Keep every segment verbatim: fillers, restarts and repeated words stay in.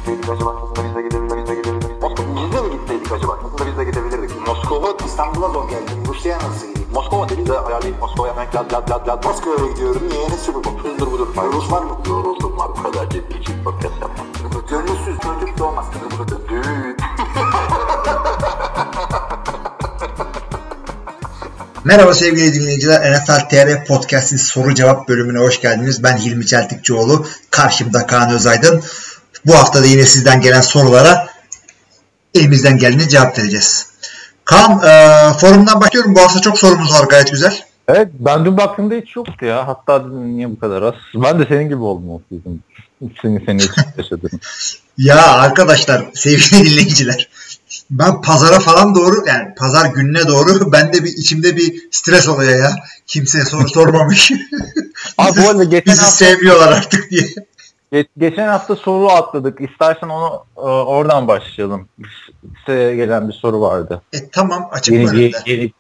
acaba? Aslında biz de gidebiliriz, biz de gidebiliriz. Biz de mi gitseydik acaba? Aslında biz de gidebilirdik. Moskova, İstanbul'a zor geldim. Rusya'ya nasıl gideyim? Moskova dedi de ayarlayıp Moskova'ya hemen lad lad lad lad. Moskova'ya gidiyorum. Niye? Ne sürü bu? Hızdır budur. Rus var mı? Yoruldum var. Bu kadar ciddi için podcast yapmam. Gönülsüz çocuk doğmaz. Düğün. Merhaba sevgili dinleyiciler. N F L T R Podcast'in soru cevap bölümüne hoş geldiniz. Ben Hilmi Çeltikçioğlu. Karşımda Kaan Özaydın. Bu hafta da yine sizden gelen sorulara elimizden geldiğince cevap vereceğiz. Kaan, e, forumdan başlıyorum. Bu hafta çok sorumuz var, gayet güzel. Evet, ben dün baktığımda hiç yoktu ya. Hatta dedim niye bu kadar az? Ben de senin gibi oldum o sizin. Seni seni yaşadım. Ya arkadaşlar, sevgili dinleyiciler. Ben pazara falan doğru, yani pazar gününe doğru bende bir içimde bir stres oluyor ya. Kimseye soru sormamış. Abi bu arada geçen bizi hafta, sevmiyorlar artık diye. Ge- geçen hafta soru atladık. İstersen onu e, oradan başlayalım. Size gelen bir soru vardı. E tamam, açık yeni, mı yeni, önünde? yeni,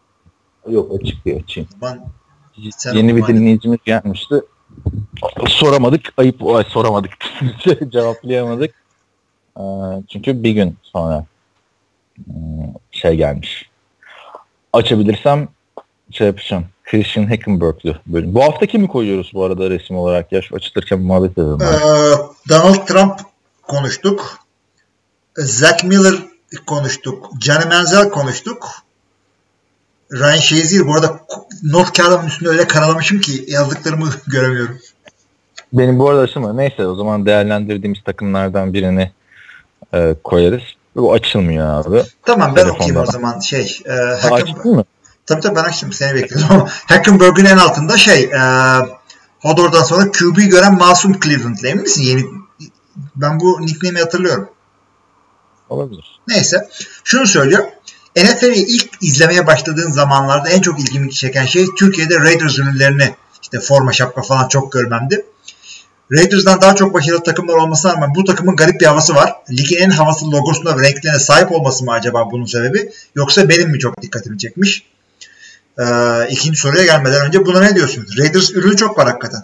yok açık diye açayım. Ben, yeni bir dinleyicimiz gelmişti. Soramadık. Ayıp ay, soramadık. Cevaplayamadık. E, çünkü bir gün sonra e, şey gelmiş. Açabilirsem şey yapacağım. Christian Hackenberg'lü bölüm. Bu hafta kimi koyuyoruz bu arada resim olarak? Ya şu açılırken muhabbet edelim. Ee, Donald Trump konuştuk. Zach Miller konuştuk. Johnny Manziel konuştuk. Ryan Shazier, bu arada not kağıdımın üstünde öyle karalamışım ki yazdıklarımı göremiyorum. Benim bu arada açılmıyor. Neyse, o zaman değerlendirdiğimiz takımlardan birini e, koyarız. Bu açılmıyor abi. Tamam, ben okuyayım o zaman. Şey, e, Açtın mı? Tabii tabii, ben açtım. Seni bekliyorum ama Hackenberg'ün en altında şey, e, Hodor'dan sonra Q B'yi gören masum Cleveland'lı, emin misin? Yeni, ben bu nickname'i hatırlıyorum. Olabilir. Neyse. Şunu söylüyor. N F L'i ilk izlemeye başladığın zamanlarda en çok ilgimi çeken şey Türkiye'de Raiders ürünlerini, işte forma, şapka falan çok görmemdi. Raiders'dan daha çok başarılı takımlar olmasına rağmen bu takımın garip bir havası var. Ligin en havasız logosuna ve renklerine sahip olması mı acaba bunun sebebi? Yoksa benim mi çok dikkatimi çekmiş? Ee, ikinci soruya gelmeden önce buna ne diyorsunuz? Raiders ürünü çok var hakikaten.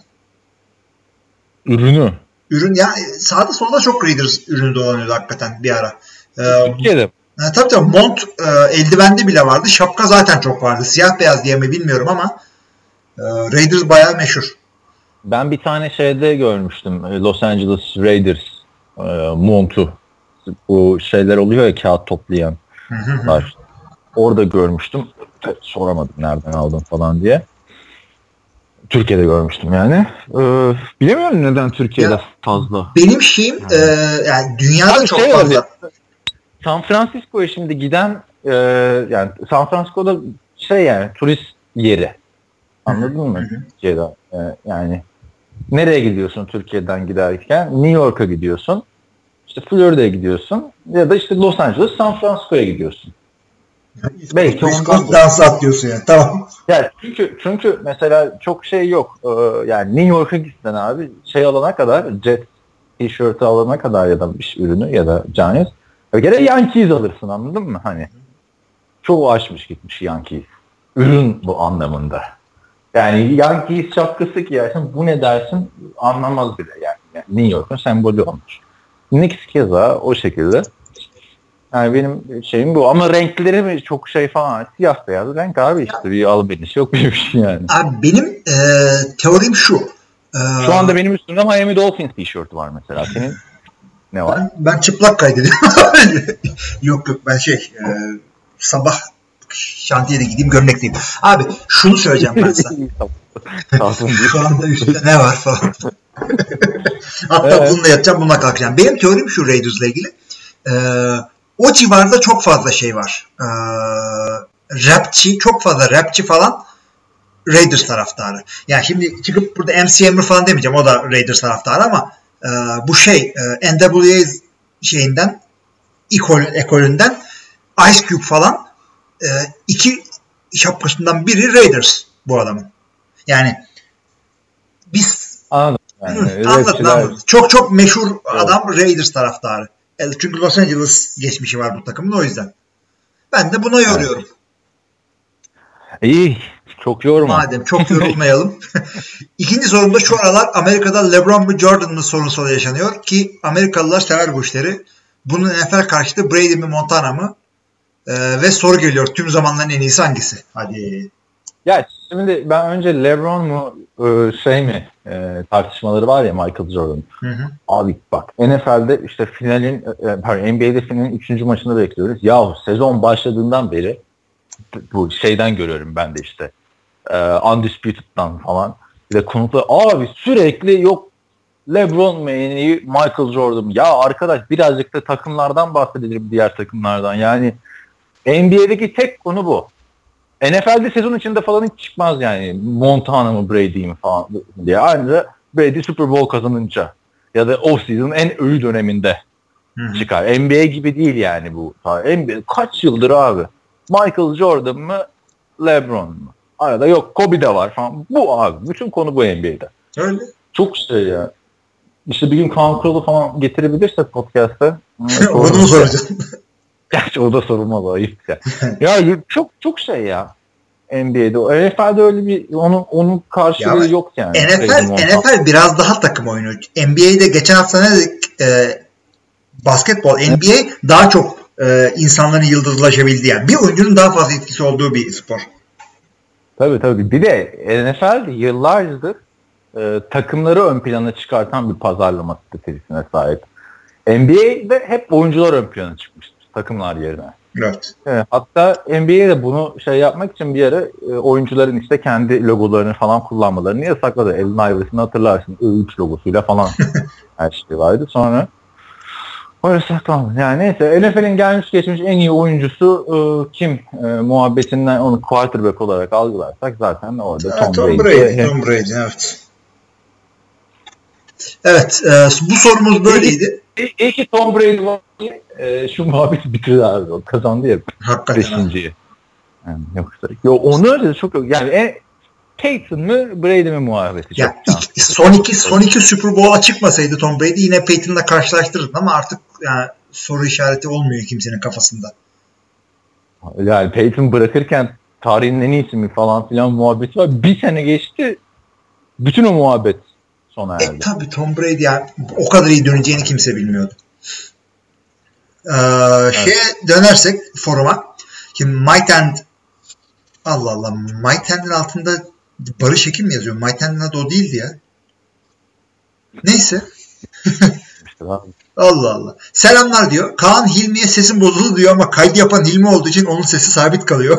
Ürünü? Ürün ya, sağda solda çok Raiders ürünü dolanıyordu hakikaten bir ara. Ee, Türkiye'de. E, tabii tabii, mont, e, eldivende bile vardı. Şapka zaten çok vardı. Siyah beyaz diye mi bilmiyorum ama e, Raiders bayağı meşhur. Ben bir tane şeyde görmüştüm. Los Angeles Raiders e, montu. Bu şeyler oluyor ya, kağıt toplayan. var. Orada görmüştüm. Soramadım nereden aldın falan diye. Türkiye'de görmüştüm yani. Ee, bilemiyorum neden Türkiye'de ya, fazla. Benim şeyim yani, e, yani dünyada abi çok şey fazla. Abi, San Francisco'ya şimdi giden e, yani San Francisco'da şey yani turist yeri. Anladın mı? Türkiye'de e, yani nereye gidiyorsun Türkiye'den giderken? New York'a gidiyorsun. İşte Florida'ya gidiyorsun. Ya da işte Los Angeles, San Francisco'ya gidiyorsun. Belki ondan dans atlıyorsun yani. Tamam. Yani çünkü çünkü mesela çok şey yok. Ee, yani New York'a gitsen abi şey alana kadar, Jet t-shirt'ı alana kadar ya da bir ürünü ya da Giants, bir kere Yankees alırsın, anladın mı? Hani çoğu açmış gitmiş Yankees. Ürün bu anlamında. Yani Yankees şapkası giyersin, bu ne dersin anlamaz bile yani. yani New York'un sembolü olmuş. Knicks keza o şekilde. Yani benim şeyim bu, ama renkleri mi çok şey falan, siyah beyaz renk abi, işte bir albenisi yok bir şey yani. Abi benim e, teorim şu. E, şu anda benim üstümde Miami Dolphins tişörtü var mesela. Senin ne var? Ben, ben çıplak kaydediyorum. yok yok ben şey e, sabah şantiyede gideyim gömlekliyim. Abi şunu söyleyeceğim ben sana. Şu anda üstte ne var falan. Hatta evet, bununla yatacağım, bununla kalkacağım. Benim teorim şu Raiders'la ilgili. Eee O civarda çok fazla şey var. Ee, rapçi, çok fazla rapçi falan Raiders taraftarı. Yani şimdi çıkıp burada M C Hammer falan demeyeceğim. O da Raiders taraftarı ama e, bu şey e, N W A şeyinden, ekol, ekolünden Ice Cube falan e, iki şapkasından biri Raiders bu adamın. Yani biz anladım. Yani, hı, anladın, anladın. Çok çok meşhur adam, evet, Raiders taraftarı. Çünkü Los Angeles geçmişi var bu takımın, o yüzden. Ben de buna yoruyorum. İyi. Çok yorma. Madem çok yorulmayalım. İkinci sorumda şu aralar Amerika'da LeBron mu Jordan mı sorusu yaşanıyor ki Amerikalılar sever bu işleri. Bunun N F L karşıtı Brady mi Montana mı? Ee, ve soru geliyor. Tüm zamanların en iyisi hangisi? Hadi. Ya şimdi ben önce LeBron mu şey mi e, tartışmaları var ya Michael Jordan. Hı hı. Abi bak N F L'de işte finalin pardon N B A'de finalin üçüncü maçını bekliyoruz. Yahu sezon başladığından beri bu şeyden görüyorum ben de işte e, Undisputed'dan falan bir de konuklar abi sürekli yok LeBron mu en iyi Michael Jordan mu? Ya arkadaş birazcık da takımlardan bahsedelim diğer takımlardan. Yani N B A'deki tek konu bu. N F L'de sezon içinde falan hiç çıkmaz yani Montana mı Brady mi falan diye. Ayrıca Brady Super Bowl kazanınca ya da off season en ölü döneminde Hı-hı. çıkar. N B A gibi değil yani bu. N B A kaç yıldır abi? Michael Jordan mı LeBron mu? Arada yok Kobe de var falan. Bu abi. Bütün konu bu N B A'de. Öyle. Çok şey ya. İşte bir gün Kaan Kural'ı falan getirebilirsek podcast'a. Onu mu soracağım? Gerçi o da sorulmaz ayıp ya. Ya çok çok şey ya. N B A'de. N F L'de öyle bir onun onun karşılığı ya yok yani. N F L N F L biraz daha takım oyunu. N B A'de geçen hafta ne dedik? E, basketbol N B A daha çok e, insanların yıldızlaşabildiği yani. Bir oyuncunun daha fazla etkisi olduğu bir spor. Tabii tabii. Bir de N F L'de yıllardır e, takımları ön plana çıkartan bir pazarlama stratejisine sahip. N B A'de hep oyuncular ön plana çıkmıştır takımlar yerine. Evet. Evet, hatta N B A'de bunu şey yapmak için bir ara e, oyuncuların işte kendi logolarını falan kullanmalarını yasakladı. Allen Iverson'ı hatırlarsın. I üç logosuyla falan her şey vardı. Sonra o yasaklandı. Yani neyse N F L'in gelmiş geçmiş en iyi oyuncusu e, kim? E, muhabbetinden onu quarterback olarak algılarsak zaten orada ha, Tom, Tom Brady. Brady. Tom Brady evet. Evet. E, bu sorumuz böyleydi. İyi, iyi ki Tom Brady var. E, şu muhabbeti bitirdi abi. O kazandı ya. Hakikaten. Beşinciyi. Yani yoksa. Yo, onu öyle çok yok. Yani e, Peyton mı Brady mi muhabbeti? Ya, iki, son iki son iki Super Bowl'a çıkmasaydı Tom Brady yine Peyton'la karşılaştırırdın ama artık yani soru işareti olmuyor kimsenin kafasında. Yani Peyton bırakırken tarihin en iyisi mi falan filan muhabbeti var. Bir sene geçti. Bütün o muhabbet sona erdi. E tabi Tom Brady yani o kadar iyi döneceğini kimse bilmiyordu. Ee, evet. Şeye dönersek foruma. Şimdi My Tend Allah Allah My Tend'in altında Barış Ekim mi yazıyor? My Tend'in adı o değildi ya. Neyse. Allah Allah. Selamlar diyor. Kaan Hilmi'ye sesin bozuldu diyor ama kaydı yapan Hilmi olduğu için onun sesi sabit kalıyor.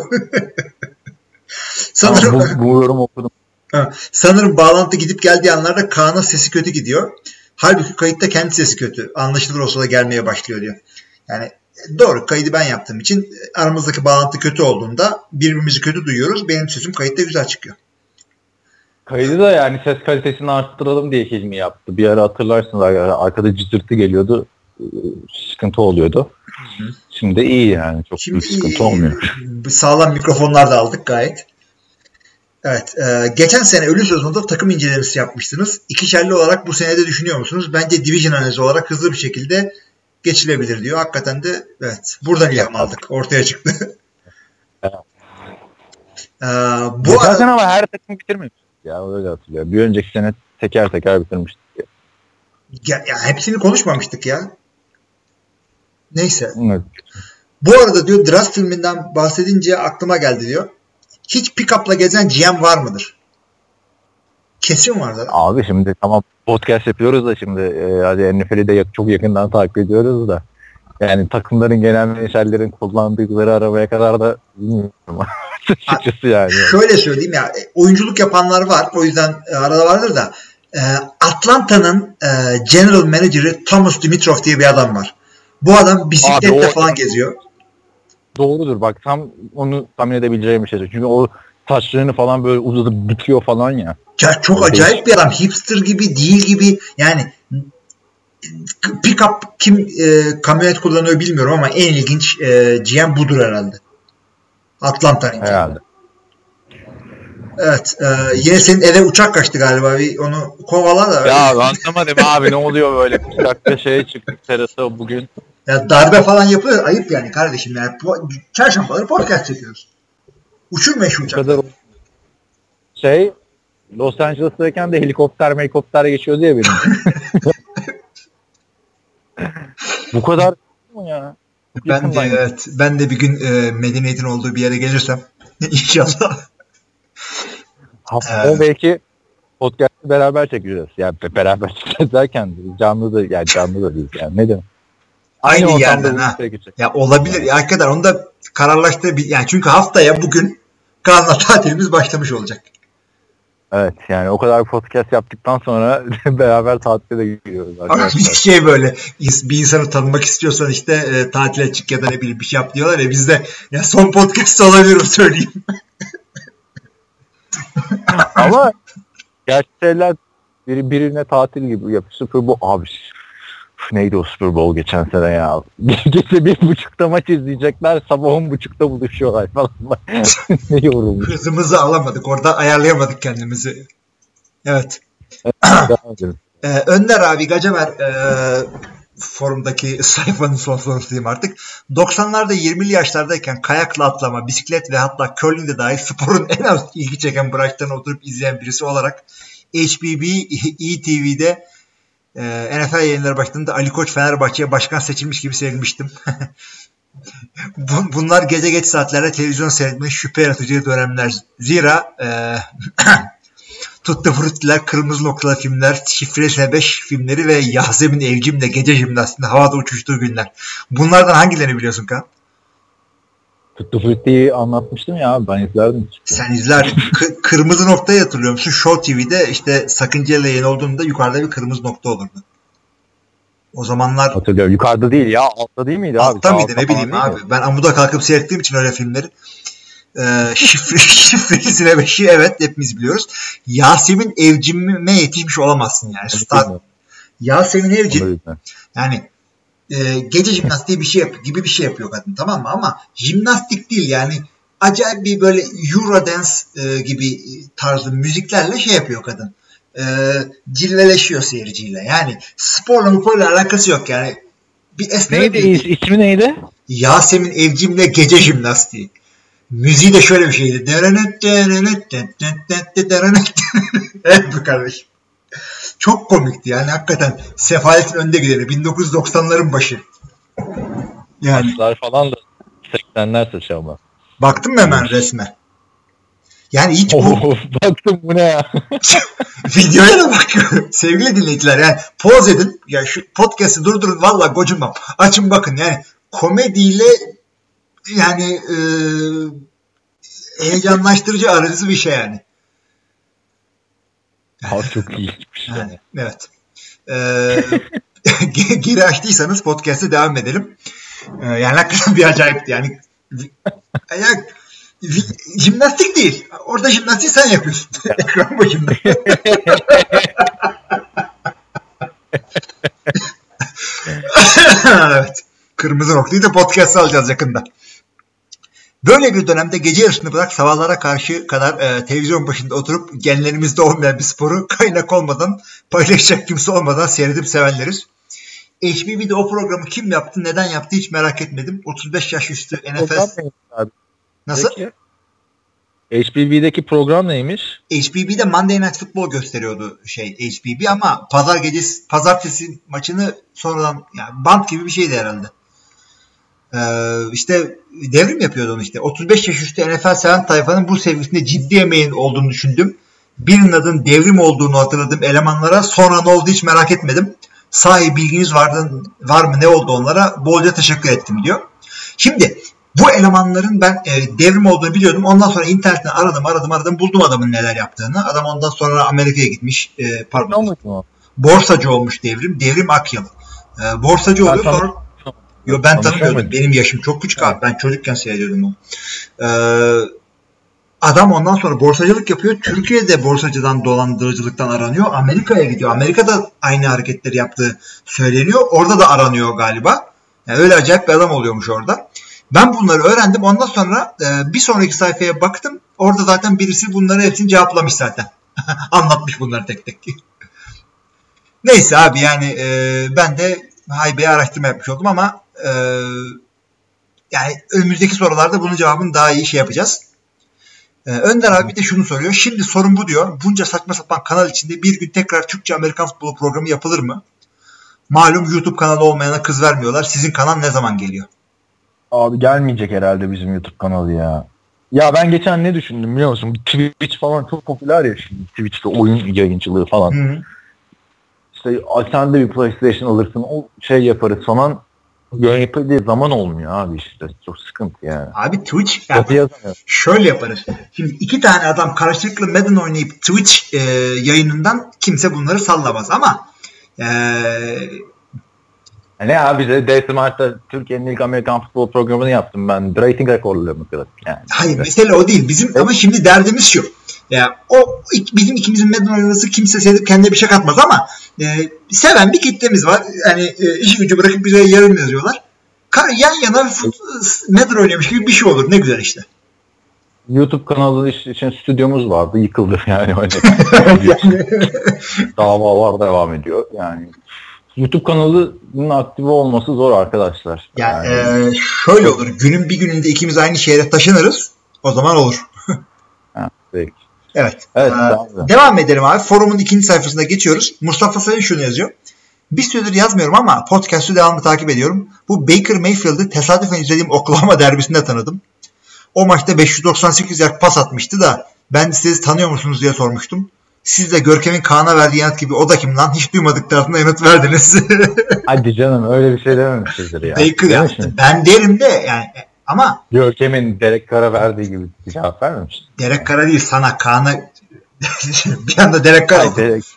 Sanırım bu, bu yorum okudum. Sanırım bağlantı gidip geldiği anlarda Kaan'ın sesi kötü gidiyor. Halbuki kayıtta kendi sesi kötü. Anlaşılır olsa da gelmeye başlıyor diyor. Yani doğru kaydı ben yaptığım için aramızdaki bağlantı kötü olduğunda birbirimizi kötü duyuyoruz. Benim sesim kayıtta güzel çıkıyor. Kaydı da yani ses kalitesini arttıralım diye Hilmi yaptı. Bir ara hatırlarsınız arkada cızırtı geliyordu. Sıkıntı oluyordu. Hı hı. Şimdi iyi yani. Çok Şimdi büyük sıkıntı iyi. olmuyor. Sağlam mikrofonlar da aldık gayet. Evet. E, geçen sene ölü sezonunda takım incelemesi yapmıştınız. İkişerli olarak bu senede düşünüyor musunuz? Bence division analizi olarak hızlı bir şekilde geçilebilir diyor. Hakikaten de evet. Buradan ilham aldık. Ortaya çıktı. Evet. e, bu Geçen sene ama her takım bitirmemiş. Ya öyle hatırlıyorum. Bir önceki sene teker teker bitirmiştik. Ya, ya hepsini konuşmamıştık ya. Neyse. Evet. Bu arada diyor draft filminden bahsedince aklıma geldi diyor. Hiç pick-up'la gezen G M var mıdır? Kesin var da. Abi şimdi tamam podcast yapıyoruz da şimdi e, hadi N F L'i de çok yakından takip ediyoruz da yani takımların genel menajerlerin kullandıkları arabaya kadar da bilmiyorum. Açıkçası yani. Şöyle söyleyeyim ya oyunculuk yapanlar var o yüzden e, arada vardır da e, Atlanta'nın e, general manager'ı Thomas Dimitrov diye bir adam var. Bu adam bisikletle falan geziyor. Doğrudur bak tam onu tahmin edebileceğim bir şey. Çünkü o saçlarını falan böyle uzatıp büküyor falan ya. Ya çok o acayip değil. Bir adam. Hipster gibi değil gibi. Yani pick-up kim e, kamyonet kullanıyor bilmiyorum ama en ilginç e, G M budur herhalde. Atlanta'nın. Herhalde. Evet. E, yine senin eve uçak kaçtı galiba. Bir onu kovala da. Ya anlamadım abi ne oluyor böyle. Uçakta şeye çıktık terasa bugün. Ya darbe falan yapılıyor. Ayıp yani kardeşim. Yani. Çarşambaları podcast çekiyoruz. Uçurma şu uçakları. Şey Los Angeles'tayken de helikopter helikopter geçiyordu ya benim. Bu kadar mı ya? Ben de evet. Ben de bir gün e, medeniyet'in olduğu bir yere gelirsem inşallah. Haftaya ee, belki podcast'ı beraber çekeceğiz. Yani beraber çekeceğiz derken canlı da yani canlı da değil yani ne demek? Aynı, Aynı yerden ha. Ya olabilir. Yani. Ya hakikaten onu da kararlaştı. Yani çünkü haftaya bugün Kaan'la tatilimiz başlamış olacak. Evet yani o kadar podcast yaptıktan sonra beraber tatile de gidiyoruz arkadaşlar. Bir şey böyle bir insanı tanımak istiyorsan işte e, tatile çık ya da ne bileyim bir şey yap diyorlar ya biz de ya son podcast olabilir söyleyeyim. Ama gerçi şeyler biri, birine tatil gibi yapıyor. Super Bowl abi neydi o Super Bowl geçen sene ya. Gece bir buçukta maç izleyecekler sabah on buçukta buluşuyorlar falan. Ne yorulmuş. Hızımızı alamadık orada ayarlayamadık kendimizi. Evet. ee, Önder abi Gacemer e, forumdaki sayfanın son sorusu diyeyim artık. doksanlarda yirmili yaşlardayken kayakla atlama, bisiklet ve hatta curling de dahil sporun en az ilgi çeken branşlarına oturup izleyen birisi olarak H B B E T V'de e, N F L yayınları başladığında Ali Koç Fenerbahçe'ye başkan seçilmiş gibi sevinmiştim. Bunlar gece geç saatlerde televizyon seyretmeyi şüphe yaratıcı dönemler. Zira e, Tutti Frutti'ler, Kırmızı Noktalı filmler, Şifre beş filmleri ve Yasemin Evcim'le gece jimnastiğinde havada uçuştuğu günler. Bunlardan hangilerini biliyorsun Kaan? Tutti Frutti'yi anlatmıştım ya ben izlerdim. Sen izler. K- kırmızı Noktayı hatırlıyor musun? Show T V'de işte Sakınca'yla yayın olduğunda yukarıda bir kırmızı nokta olurdu. O zamanlar... Hatırlıyorum. Yukarıda değil ya. Altta değil miydi altta abi? Altta mıydı ne bileyim abi. Ben amuda kalkıp seyrettiğim için öyle filmleri. Ee, şifre, şifresine beşi evet hepimiz biliyoruz. Yasemin Evcim'e yetişmiş olamazsın yani. Star, Yasemin Evcim yani e, gece jimnastiği bir şey yap, gibi bir şey yapıyor kadın tamam mı? Ama jimnastik değil yani acayip bir böyle Eurodance e, gibi tarzı müziklerle şey yapıyor kadın. E, cilveleşiyor seyirciyle. Yani sporla muporla alakası yok yani. Bir neydi is- ismi neydi? Yasemin Evcim'le gece jimnastiği. Müziği de şöyle bir şeydi. Evet bu kardeşim. Çok komikti yani hakikaten sefaletin önde gideni. bin dokuz yüz doksanların başı. Yani. Maçlar falan da seksenler saçı ama. Baktın mı hemen resme? Yani hiç bu... Oh, baktım bu ne ya? Videoya da bak. Sevgili dinleyiciler yani poz edin. Ya şu podcast'ı durdurun valla gocunmam. Açın bakın yani komediyle yani e, heyecanlaştırıcı aracısı bir şey yani. Abi çok iyi. Yani, evet. Ee, geri açtıysanız podcast'e devam edelim. Ee, yani hakikaten bir acayipti. Yani, yani jimnastik değil. Orada jimnastik sen yapıyorsun. Ekran başında. Evet. Kırmızı noktayı da podcast'a alacağız yakında. Böyle bir dönemde gece yarısını bırak sabahlara karşı kadar e, televizyon başında oturup genlerimizde olmayan bir sporu kaynak olmadan, paylaşacak kimse olmadan seyredip sevenleriz. H B B'de o programı kim yaptı, neden yaptı hiç merak etmedim. otuz beş yaş üstü N F L... Nasıl? Peki. H B B'deki program neymiş? H B B'de Monday Night Football gösteriyordu şey H B B ama pazar gecesi, pazartesi maçını sonradan yani bant gibi bir şeydi herhalde. Ee, işte devrim yapıyordu onu işte. otuz beş yaş üstü N F L seven tayfanın bu sevgisinde ciddi emeğin olduğunu düşündüm. Birinin adının devrim olduğunu hatırladım elemanlara. Sonra ne oldu hiç merak etmedim. Sahi bilginiz vardı, var mı ne oldu onlara? Bolca teşekkür ettim diyor. Şimdi bu elemanların ben e, devrim olduğunu biliyordum. Ondan sonra internetten aradım aradım aradım buldum adamın neler yaptığını. Adam ondan sonra Amerika'ya gitmiş. E, pardon. Borsacı olmuş devrim. Devrim Akyıl. E, borsacı oluyor sonra Yo ben tanımıyordum. Benim yaşım çok küçük abi. Ben çocukken seyrediyordum onu. Ee, adam ondan sonra borsacılık yapıyor. Türkiye'de borsacıdan dolandırıcılıktan aranıyor. Amerika'ya gidiyor. Amerika'da aynı hareketleri yaptığı söyleniyor. Orada da aranıyor galiba. Yani öyle acayip bir adam oluyormuş orada. Ben bunları öğrendim. Ondan sonra e, bir sonraki sayfaya baktım. Orada zaten birisi bunları hepsini cevaplamış zaten. Anlatmış bunları tek tek. Neyse abi yani e, ben de haybeye araştırma yapmış oldum ama Ee, yani önümüzdeki sorularda bunun cevabını daha iyi şey yapacağız. Ee, Önder abi bir de şunu soruyor. Şimdi sorun bu diyor. Bunca saçma sapan kanal içinde bir gün tekrar Türkçe Amerikan futbolu programı yapılır mı? Malum YouTube kanalı olmayana kız vermiyorlar. Sizin kanal ne zaman geliyor? Abi gelmeyecek herhalde bizim YouTube kanalı ya. Ya ben geçen ne düşündüm biliyor musun? Twitch falan çok popüler ya şimdi. Twitch'te oyun yayıncılığı falan. Hı hı. İşte sen de bir PlayStation alırsın, o şey yaparız falan. Yapıldığı zaman olmuyor abi işte. Çok sıkıntı yani. Abi Twitch yani şöyle yaparız. Şimdi iki tane adam karşılıklı Madden oynayıp Twitch e, yayınından kimse bunları sallamaz ama e, ne abi de D-Smart'ta Türkiye'nin ilk Amerikan futbol programını yaptım ben. Rating rekorlarını kırdım. Yani. Hayır mesele o değil. Bizim evet. Ama şimdi derdimiz şu. Ya o bizim ikimizin Madden oynaması kimse sevip kendine bir şey katmaz ama e, seven bir kitlemiz var. Yani e, işi gücü bırakıp bize yarın yazıyorlar. Yan yana Madden oynamış gibi bir şey olur. Ne güzel işte. YouTube kanalı için stüdyomuz vardı. Yıkıldı yani. Davalar devam ediyor. Yani YouTube kanalının aktif olması zor arkadaşlar. Yani, yani. E, şöyle olur. Günün bir gününde ikimiz aynı şehre taşınırız. O zaman olur. Ha, peki. Evet. evet ee, tamam. Devam edelim abi. Forumun ikinci sayfasına geçiyoruz. Mustafa Sayın şunu yazıyor. Bir süredir yazmıyorum ama podcast'ı devamlı takip ediyorum. Bu Baker Mayfield'ı tesadüfen izlediğim Oklahoma derbisinde tanıdım. O maçta beş yüz doksan sekiz yard pas atmıştı da ben sizi tanıyor musunuz diye sormuştum. Siz de Görkem'in Kaan'a verdiği yanıt gibi o da kim lan? Hiç duymadık tarafından yanıt verdiniz. Hadi canım öyle bir şey dememişizdir ya. Baker ya. Ben derim de yani ama Görkem'in Derek Carr'a verdiği gibi bir cevap vermemiş. Derek Carr'a değil sana Kaan'a bir anda Derek Carr oldu. Derek.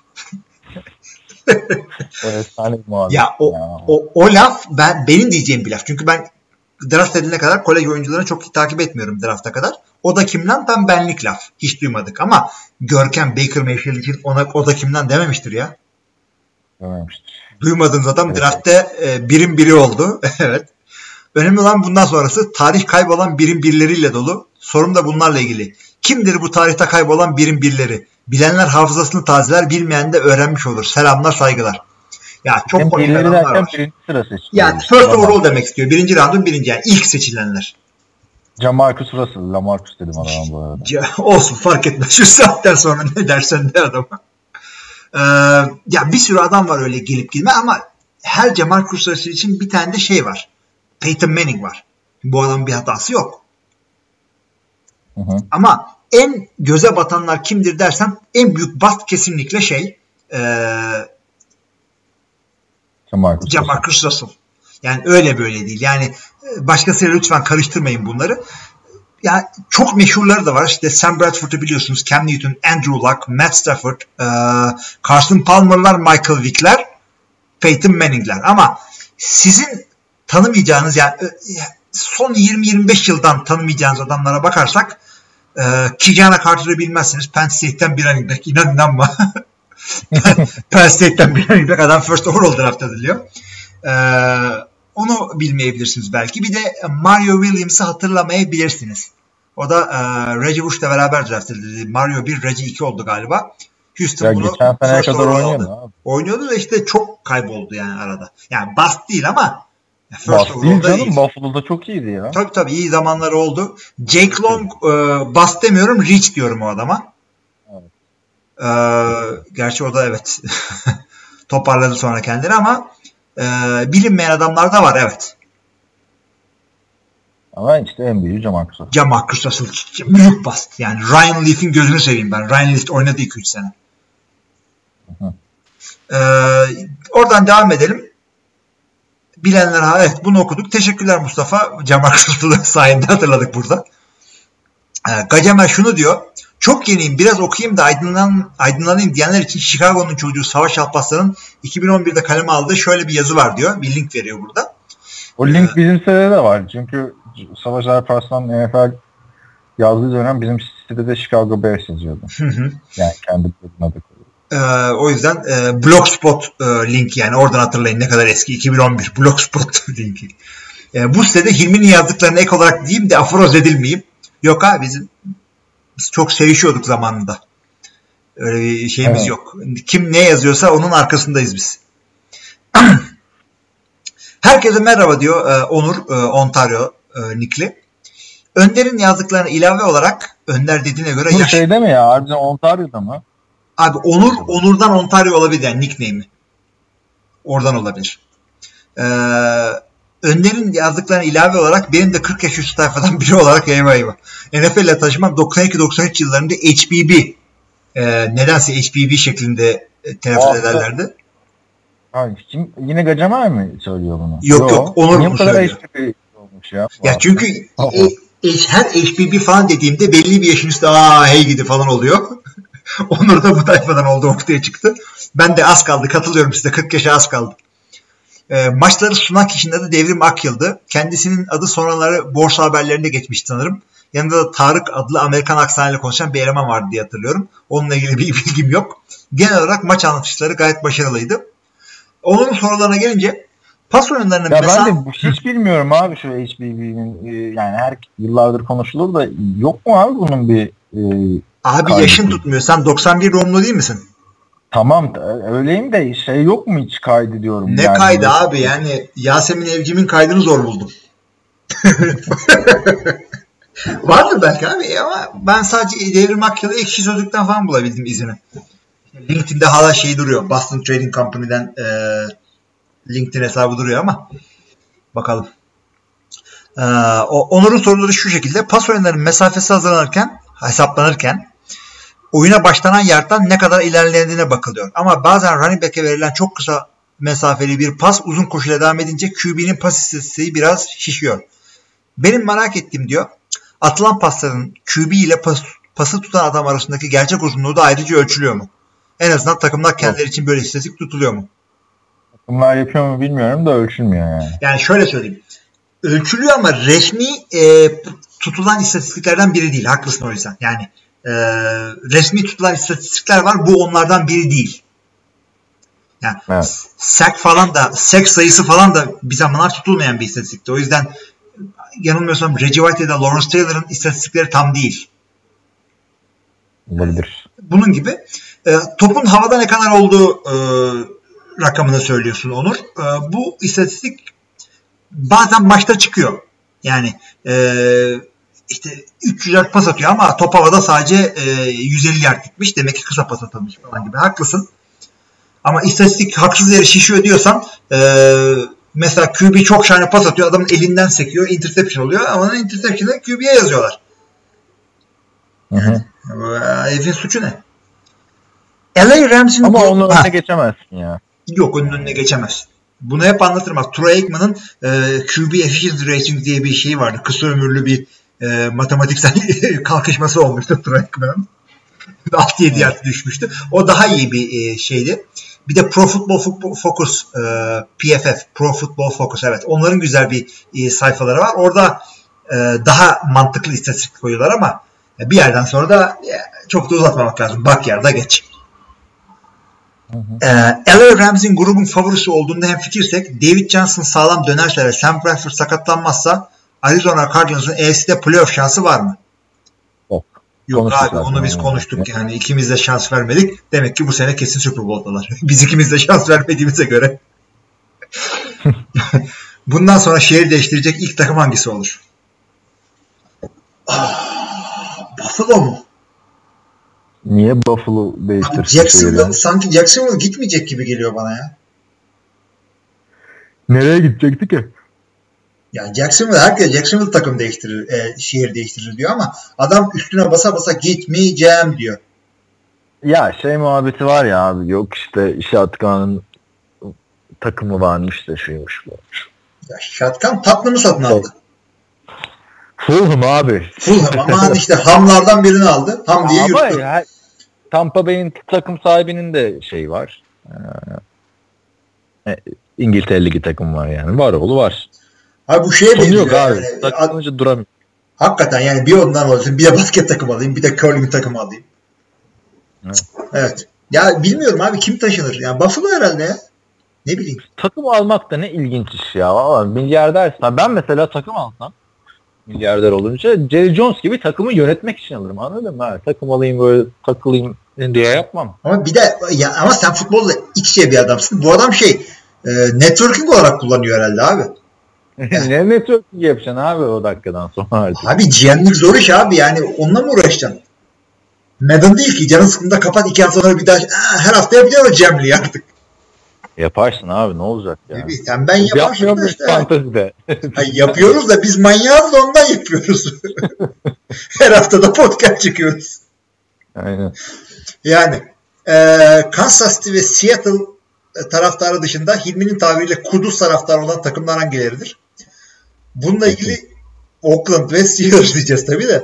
o ya o, ya. o o laf ben benim diyeceğim bir laf. Çünkü ben draft edilene kadar kolej oyuncularını çok takip etmiyorum drafta kadar. O da kimden? Tam benlik laf. Hiç duymadık ama Görkem Baker Mayfield için ona o da kimden dememiştir ya. Dememiştir. Duymadığınız adam evet. Draftta e, birim biri oldu. Evet. Önemli olan bundan sonrası tarih kaybolan birim birleriyle dolu. Sorum da bunlarla ilgili. Kimdir bu tarihte kaybolan birim birleri? Bilenler hafızasını tazeler, bilmeyen de öğrenmiş olur. Selamlar, saygılar. Ya çok hem komik adamlar var. Yani first overall demek istiyor. Birinci roundun birinci yani ilk seçilenler. Jamarcus Russell, Lamarcus dedim adama bu arada. Ya, olsun fark etmez. Şu saatten sonra ne dersen de adama. Ee, ya bir sürü adam var öyle gelip gitme ama her Jamarcus Russell için bir tane de şey var. Peyton Manning var. Bu adamın bir hatası yok. Hı hı. Ama en göze batanlar kimdir dersen en büyük bast kesinlikle şey ee, Jamarcus, Jamarcus Russell. Yani öyle böyle değil. Yani başkasıyla lütfen karıştırmayın bunları. Yani çok meşhurları da var. İşte Sam Bradford'u biliyorsunuz. Cam Newton, Andrew Luck, Matt Stafford, ee, Carson Palmer'lar, Michael Vick'ler, Peyton Manning'ler. Ama sizin tanımayacağınız yani son yirmi yirmi beş yıldan tanımayacağınız adamlara bakarsak e, Kijana Carter'ı bilmezsiniz. Penn State'ten bir running back. İnan inanma. Penn State'ten bir running back adam first overall draft ediliyor. E, onu bilmeyebilirsiniz belki. Bir de Mario Williams'ı hatırlamayabilirsiniz. O da e, Reggie Bush'la beraber draft edildi. Mario bir, Reggie iki oldu galiba. Houston ya bunu geçen seneye kadar oynuyordu. Oynuyordu da işte çok kayboldu yani arada. Yani bust değil ama bust değil canım. Buffalo'da çok iyiydi ya. Tabii tabii iyi zamanları oldu. Jake Long e, bust demiyorum. Reach diyorum o adama. Evet. E, gerçi o da evet toparladı sonra kendini ama e, bilinmeyen adamlar da var evet. Ama işte en büyüğü Jamarcus Russell. Jamarcus Russell büyük bust. Yani Ryan Leaf'in gözünü seveyim ben. Ryan Leaf oynadı iki üç sene. Hı. Ee, oradan devam edelim. Bilenler ha evet bunu okuduk. Teşekkürler Mustafa. Jamarcus Russell'ı sayende hatırladık burada. Ee, Gacemer şunu diyor. Çok yeniyim biraz okuyayım da aydınlan, aydınlanayım diyenler için Chicago'nun çocuğu Savaş Alparslan'ın iki bin on birde kaleme aldığı şöyle bir yazı var diyor. Bir link veriyor burada. O link ee, bizim sitede de var. Çünkü Savaş Alparslan N F L yazdığı dönem bizim sitede de Chicago Bears yazıyordu. Hı hı. Yani kendi adına da koyuyor. Ee, o yüzden e, Blogspot e, linki yani oradan hatırlayın ne kadar eski iki bin on bir Blogspot linki. E, bu sitede Hilmi'nin yazdıklarını ek olarak diyeyim de aforoz edilmeyeyim. Yok ha bizim biz çok sevişiyorduk zamanında. Öyle bir şeyimiz evet. yok. Kim ne yazıyorsa onun arkasındayız biz. Herkese merhaba diyor e, Onur e, Ontario e, Nickli. Önder'in yazdıklarına ilave olarak Önder dediğine göre Bu yaş. şeyde mi ya? Harbiden Ontario'da mı? Abi Onur, Onur'dan Ontario olabilir yani nickname'i. Oradan olabilir. Ee, Önder'in yazdıklarına ilave olarak benim de kırk yaş üstü tayfadan biri olarak eyvah eyvah. N F L'le taşımam doksan iki doksan üç yıllarında H B B e, nedense H B B şeklinde e, telaffuz ederlerdi. Abi, kim, yine Gacamar mı söylüyor bunu? Yok yok Onur Niye bunu bu kadar söylüyor. H B B olmuş ya? Ya çünkü e, e, her H B B falan dediğimde belli bir yaşın üstü aa hey gidi falan oluyor. Onur da bu tayfadan oldu ortaya çıktı. Ben de az kaldı katılıyorum size kırk yaşa az kaldı. E, maçları sunan kişinin adı Devrim Akyıl'dı. Kendisinin adı sonraları borsa haberlerinde geçmişti sanırım. Yanında da Tarık adlı Amerikan aksanıyla konuşan bir eleman vardı diye hatırlıyorum. Onunla ilgili bir bilgim yok. Genel olarak maç anlatışları gayet başarılıydı. Onun sorularına gelince pas oyunlarının ya mesela... ben de hiç bilmiyorum abi şu H B B'nin yani her yıllardır konuşulur da yok mu abi bunun bir e, abi kaydı? Yaşın tutmuyor. Sen doksan bir doğumlu değil misin? Tamam öyleyim de şey yok mu hiç kaydı diyorum. Ne yani. kaydı abi yani Yasemin Evcim'in kaydını zor buldum. Vardır belki abi ama ben sadece Devrim Akyıl'ı Ekşi Sözlük'ten falan bulabildim izini. LinkedIn'de hala şey duruyor. Boston Trading Company'den e, LinkedIn hesabı duruyor ama bakalım. E, o, Onur'un soruları şu şekilde. Pas oyunlarının mesafesi hazırlanırken, hesaplanırken oyuna başlanan yerden ne kadar ilerlediğine bakılıyor. Ama bazen running back'e verilen çok kısa mesafeli bir pas uzun koşuyla devam edince Q B'nin pas istatistiği biraz şişiyor. Benim merak ettiğim diyor, atılan pasların Q B ile pas, pası tutan adam arasındaki gerçek uzunluğu da ayrıca ölçülüyor mu? En azından takımlar kendileri için böyle istatistik tutuluyor mu? Takımlar yapıyor mu bilmiyorum da ölçülmüyor yani. Yani şöyle söyleyeyim. Ölçülüyor ama resmi e, tutulan istatistiklerden biri değil. Haklısın o yüzden. Yani e, resmi tutulan istatistikler var. Bu onlardan biri değil. Yani evet. Sack falan da sack sayısı falan da bir zamanlar tutulmayan bir istatistikti. O yüzden yanılmıyorsam Reggie White ya da Lawrence Taylor'ın istatistikleri tam değil. Olabilir. Bunun gibi e, topun havada ne kadar olduğu e, rakamını söylüyorsun Onur. E, bu istatistik bazen maçta çıkıyor. Yani e, işte üç yüz yard pas atıyor ama top havada sadece e, yüz elli yard gitmiş. Demek ki kısa pas atılmış falan gibi. Haklısın. Ama istatistik haksız yere şişiyor diyorsan e, mesela Q B çok şahane pas atıyor. Adamın elinden sekiyor. Interception oluyor. Ama onun interception'ı Q B'ye yazıyorlar. Hı hı. Herifin suçu ne? L A Rams'in ama onun önüne geçemezsin ya. Yok onun önüne geçemez. Bunu hep anlatırım. Bak, Troy Aikman'ın e, Q B Efficiency Rating diye bir şey vardı. Kısa ömürlü bir e, matematiksel kalkışması olmuştu Troy Aikman'ın. altı yedi yard düşmüştü. O daha iyi bir e, şeydi. Bir de Pro Football Focus e, P F F Pro Football Focus evet. Onların güzel bir e, sayfaları var. Orada e, daha mantıklı istatistik koyuyorlar ama bir yerden sonra da e, çok da uzatmamak lazım. Bak yerde geç. Ee, L A Rams'in grubun favorisi olduğunda hemfikirsek David Johnson sağlam dönerse ve Sam Bradford sakatlanmazsa Arizona Cardinals'ın A F C'de playoff şansı var mı? Yok. Yok konuştuk abi onu biz konuştuk yani ikimiz de şans vermedik. Demek ki bu sene kesin Super Bowl'dalar. Biz ikimiz de şans vermediğimize göre. Bundan sonra şehir değiştirecek ilk takım hangisi olur? Ah, Buffalo mu? Niye Buffalo değiştirsin? Jacksonville, sanki Jacksonville gitmeyecek gibi geliyor bana ya. Nereye gidecekti ki? Yani Jacksonville, herkes Jacksonville takım değiştirir, e, şehir değiştirir diyor ama adam üstüne basa basa gitmeyeceğim diyor. Ya şey muhabbeti var ya abi, yok işte Şatkan'ın takımı varmış da şeymiş bu. Ya Şatkan Tottenham'ı satın aldı. Fulham abi. Fulham ama işte Hamlardan birini aldı. Ham diye ama yuttu. Ya, Tampa Bay'in takım sahibinin de şey var. Ee, İngiltere Ligi takım var yani. Var oğlu var. Abi bu şeye benziyor. Yok abi. Yani, takılınca duramıyor. Hakikaten yani bir ondan olsun, bir de basket takımı alayım, bir de curling takımı alayım. Evet. Evet. Ya bilmiyorum abi kim taşınır? Yani Buffalo herhalde ya. Ne bileyim. Takım almak da ne ilginç iş ya. Vallahi milyardersin. Ben mesela takım alsam milyarder olunca Jerry Jones gibi takımı yönetmek için alırım. Anladın mı? Ha, takım alayım böyle takılayım diye yapmam. Ama bir de ya, ama sen futbolla iç içe bir adamsın. Bu adam şey e, networking olarak kullanıyor herhalde abi. ne network yapacaksın abi o dakikadan sonra artık. Abi G M'lik zor iş abi yani onunla mı uğraşacaksın? Neden değil ki? Canın sıkıntı kapat iki hafta sonra bir daha her hafta yapıyor G M'liği artık. Yaparsın abi ne olacak ya? Yani. Sen ben yaparsın da işte. Fantezide. Hayır, yapıyoruz da biz manyağız da ondan yapıyoruz. Her hafta da podcast çıkıyoruz. Aynen. Yani e, Kansas City ve Seattle taraftarı dışında Hilmi'nin tabiriyle Kudüs taraftarı olan takımlar hangileridir? Bununla ilgili Oakland ve Steelers diyeceğiz tabii de.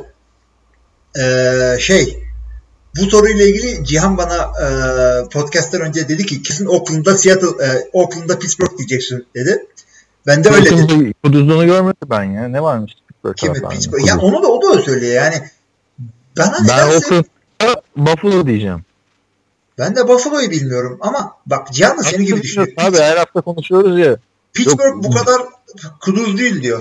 Ee, şey bu soruyla ilgili Cihan bana e, podcast'tan önce dedi ki kesin Oakland'da Seattle, e, Oakland'da Pittsburgh diyeceksin dedi. Ben de öyle dedim. Kudüs'ünü görmedim ben ya. Ne varmış Pittsburgh Kimi? taraftarı? Pittsburgh. Ya onu da o da söylüyor yani. Bana Ben nedense... Oakland'da Buffalo diyeceğim. Ben de Buffalo'yu bilmiyorum ama bak Cihan da seni gibi düşünüyor. Abi her hafta konuşuyoruz ya. Pittsburgh Yok, bu kadar kuduz değil diyor.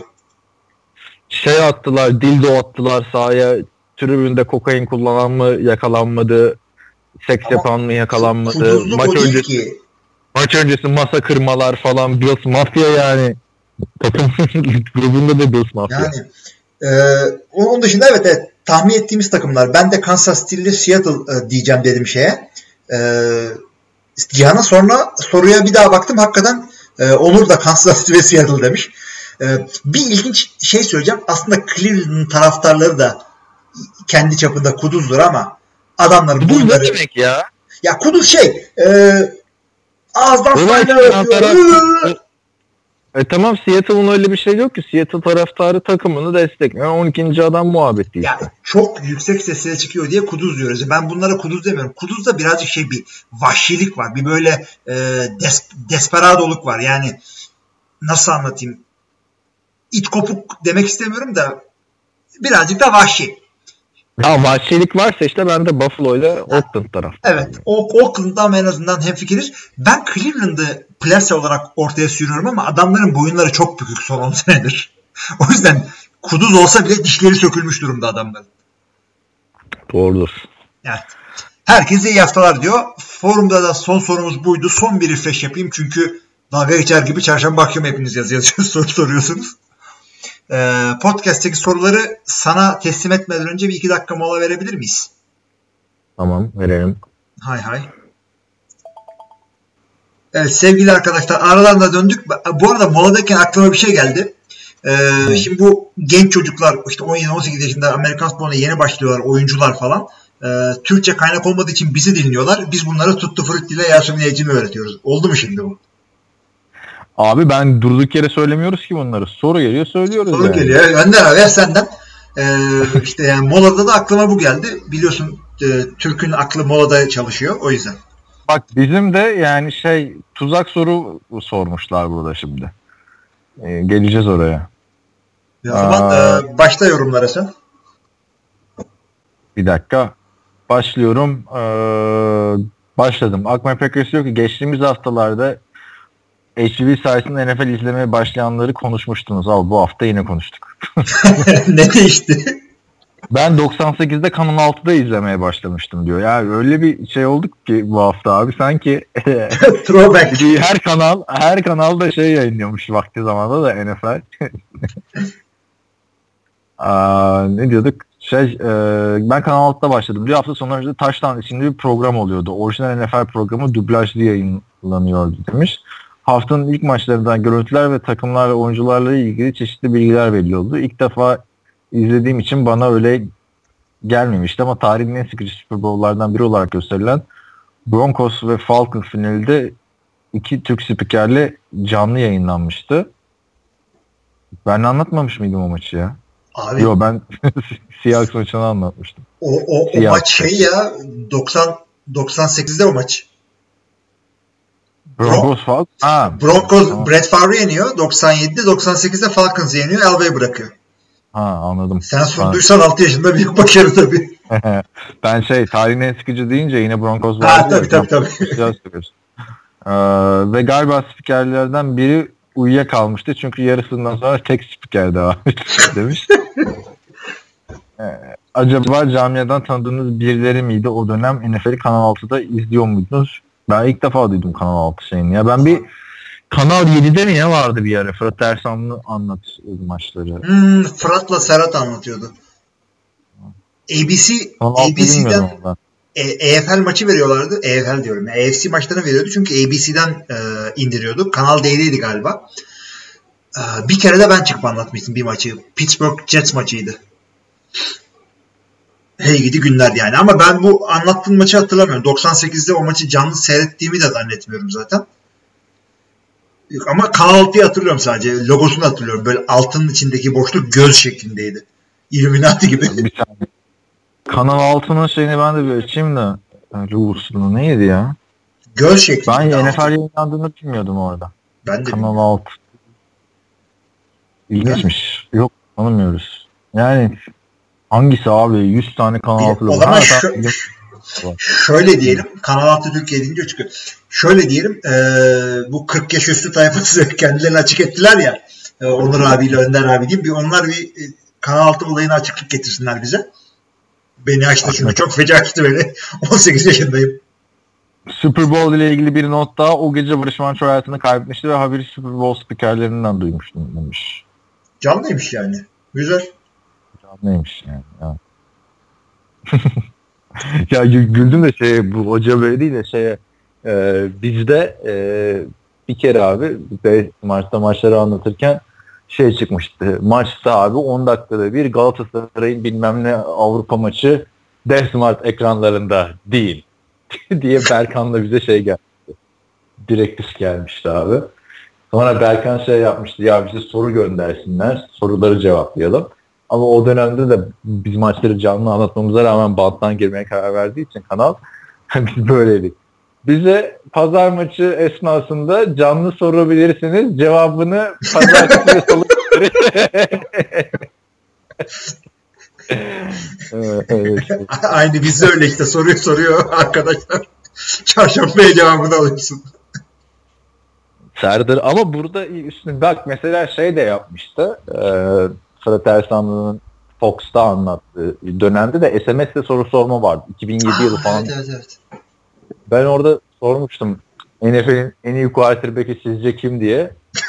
Şey attılar, dildo attılar sahaya. Tribünde kokain kullanan mı yakalanmadı? Seks Ama yapan mı yakalanmadı? Kuduzluk Maç o değil öncesi, ki. maç öncesi masa kırmalar falan. Bills mafya yani. Takım grubunda da Bills mafya. Yani e, onun dışında evet, evet tahmin ettiğimiz takımlar. Ben de Kansas City ile Seattle e, diyeceğim dedim şeye. E, Cihan'a sonra soruya bir daha baktım. Hakikaten e, Onur da Kansas City ve Seattle demiş. E, bir ilginç şey söyleyeceğim. Aslında Cleveland'ın taraftarları da kendi çapında kuduzdur ama adamların Bu boyunları... ne demek ya? Ya kuduz şey e, ağızdan sayılar yapıyor. E tamam, Seattle'ın öyle bir şey yok ki. Seattle taraftarı takımını destekliyor. on ikinci adam muhabbeti işte. Yani çok yüksek sesle çıkıyor diye kuduz diyoruz. Ben bunlara kuduz demiyorum. Kuduzda birazcık şey, bir vahşilik var. Bir böyle e, des, desperadoluk var. Yani nasıl anlatayım? İt kopuk demek istemiyorum da birazcık da vahşi. Ya vahşilik varsa işte ben de Buffalo ile Oakland tarafı. Evet. O Oakland'dan en azından hemfikiriz. Ben Cleveland'ı plase olarak ortaya sürüyorum ama adamların boyunları çok bükük son on senedir. O yüzden kuduz olsa bile dişleri sökülmüş durumda adamların. Doğrudur. Evet. Herkese iyi haftalar diyor. Forumda da son sorumuz buydu. Son bir refresh yapayım çünkü dalga geçer gibi çarşamba akşamı hepiniz yazıyorsunuz, soru soruyorsunuz. Ee, podcast'teki soruları sana teslim etmeden önce bir iki dakika mola verebilir miyiz? Tamam, verelim. Hay hay. Evet sevgili arkadaşlar, aradan da döndük. Bu arada moladayken aklıma bir şey geldi. Ee, şimdi bu genç çocuklar işte on yedi on sekiz yaşında Amerikan sporuna yeni başlıyorlar, oyuncular falan. Ee, Türkçe kaynak olmadığı için bizi dinliyorlar. Biz bunları Tuttu Frutti ile Yasemin Ecimi öğretiyoruz. Oldu mu şimdi bu? Abi ben durduk yere söylemiyoruz ki bunları. Soru geliyor söylüyoruz. Soru yani. geliyor. Önder abi ver senden. Ee, işte yani molada da aklıma bu geldi. Biliyorsun e, Türk'ün aklı molada çalışıyor. O yüzden. Bak bizim de yani şey tuzak soru sormuşlar burada şimdi. Ee, geleceğiz oraya. O zaman e, başla yorumlara sen. Bir dakika. Başlıyorum. Ee, başladım. Akma Packers diyor ki geçtiğimiz haftalarda H B B sayesinde N F L izlemeye başlayanları konuşmuştunuz. Al bu hafta yine konuştuk. Ne değişti? Ben doksan sekizde Kanal altıda izlemeye başlamıştım diyor. Ya öyle bir şey olduk ki bu hafta abi sanki Throwback. her kanal her kanalda şey yayınlıyormuş vakti zamanda da N F L. Aa, ne diyorduk? Şey, e, ben Kanal altıda başladım. Bir hafta sonra Touchdown içinde bir program oluyordu. Orijinal N F L programı dublajlı yayınlanıyordu demiş. Haftanın ilk maçlarından görüntüler ve takımlar ve oyuncularla ilgili çeşitli bilgiler veriliyordu. İlk defa izlediğim için bana öyle gelmemişti ama tarihin en sıkıcı Super Bowl'lardan biri olarak gösterilen Broncos ve Falcons finalinde iki Türk spikerle canlı yayınlanmıştı. Ben anlatmamış mıydım o maçı ya? Abi, Yo ben Seahawks maçını anlatmıştım. O, o, o maç şey ya doksan doksan sekizde o maç. Broncos Falcons. Ha, Broncos tamam. Brett Favre yeniyor. doksan yedide doksan sekizde Falcons yeniyor. Elway bırakıyor. Ha anladım. Sen sunduysan altı yaşında büyük başarı tabii. Ben şey tarihin en sıkıcı deyince yine Broncos var. Ha tabii tabii tabii. ee, ve galiba spikerlerden biri uyuyakalmıştı çünkü yarısından sonra tek spiker devam demiş. ee, acaba camiadan tanıdığınız birileri miydi o dönem N F L'i Kanal altıda izliyor muydunuz? Ben ilk defa duydum Kanal altı şeyini. Ya ben bir Kanal yedide mi ne vardı bir ara? Fırat Ersanlı anlatıyordu maçları. Hmm, Fırat'la Serhat anlatıyordu. A B C Kanal A B C'den ondan. E- EFL maçı veriyorlardı. E F L diyorum. A F C maçlarını veriyordu. Çünkü A B C'den e, indiriyordu. Kanal D'deydi galiba. E, bir kere de ben çıkıp anlatmıştım bir maçı. Pittsburgh Jets maçıydı. Hey gidi günler yani. Ama ben bu anlattığım maçı hatırlamıyorum. doksan sekizde o maçı canlı seyrettiğimi de zannetmiyorum zaten. Ama Kanal altıyı hatırlıyorum sadece. Logosunu hatırlıyorum. Böyle altının içindeki boşluk göz şeklindeydi. Illuminati gibi. Bir tane. Kanal altının şeyini ben de bir açayım da. Lugosunu neydi ya? Göz şeklinde. Ben N F L yayınlandığını bilmiyordum orada. Ben de Kanal altı. İlginçmiş. Yok tanımıyoruz. Yani hangisi abi? yüz tane Kanal altı logo. O zaman Ha, şu, şöyle diyelim. Kanal altı Türkiye deyince çıkıyor. Şöyle diyelim. E, bu kırk yaş üstü tayfası kendilerini açık ettiler ya. E, Onur abiyle Önder abi diyeyim. Bir onlar bir e, Kanal altı olayına açıklık getirsinler bize. Beni açtı çünkü çok feci açtı beni. on sekiz yaşındayım. Super Bowl ile ilgili bir not daha. O gece Barış Manço hayatını kaybetmişti ve haberi Super Bowl spikerlerinden duymuştum demiş. Canlıymış yani. Güzel. Canlıymış yani. Ya, ya gü- güldüm de şey bu hoca böyle değil de şeye e, bizde e, bir kere abi de maçta maçları anlatırken şey çıkmıştı. Maçta abi on dakikada bir Galatasaray'ın bilmem ne Avrupa maçı Desmart ekranlarında değil diye Berkan'la bize şey geldi. Direktif gelmişti abi. Sonra Berkan şey yapmıştı. Ya bize soru göndersinler. Soruları cevaplayalım. Ama o dönemde de biz maçları canlı anlatmamıza rağmen banttan girmeye karar verdiği için kanal biz böyleydik. Bize pazar maçı esnasında canlı sorabilirsiniz. Cevabını pazartesi sorabilirsiniz. evet, evet. Aynı bizde öyle işte soruyor soruyor arkadaşlar. Çarşambaya cevabını alıyorsun. Serdar ama burada üstüne bak mesela şey de yapmıştı. E, Fırat Ersanlı'nın Fox'ta anlattığı dönemde de S M S'te soru sorma vardı. iki bin yedi Aa, yılı falan. Evet, evet, evet. Ben orada sormuştum. N F L'in en iyi quarterback'i sizce kim diye.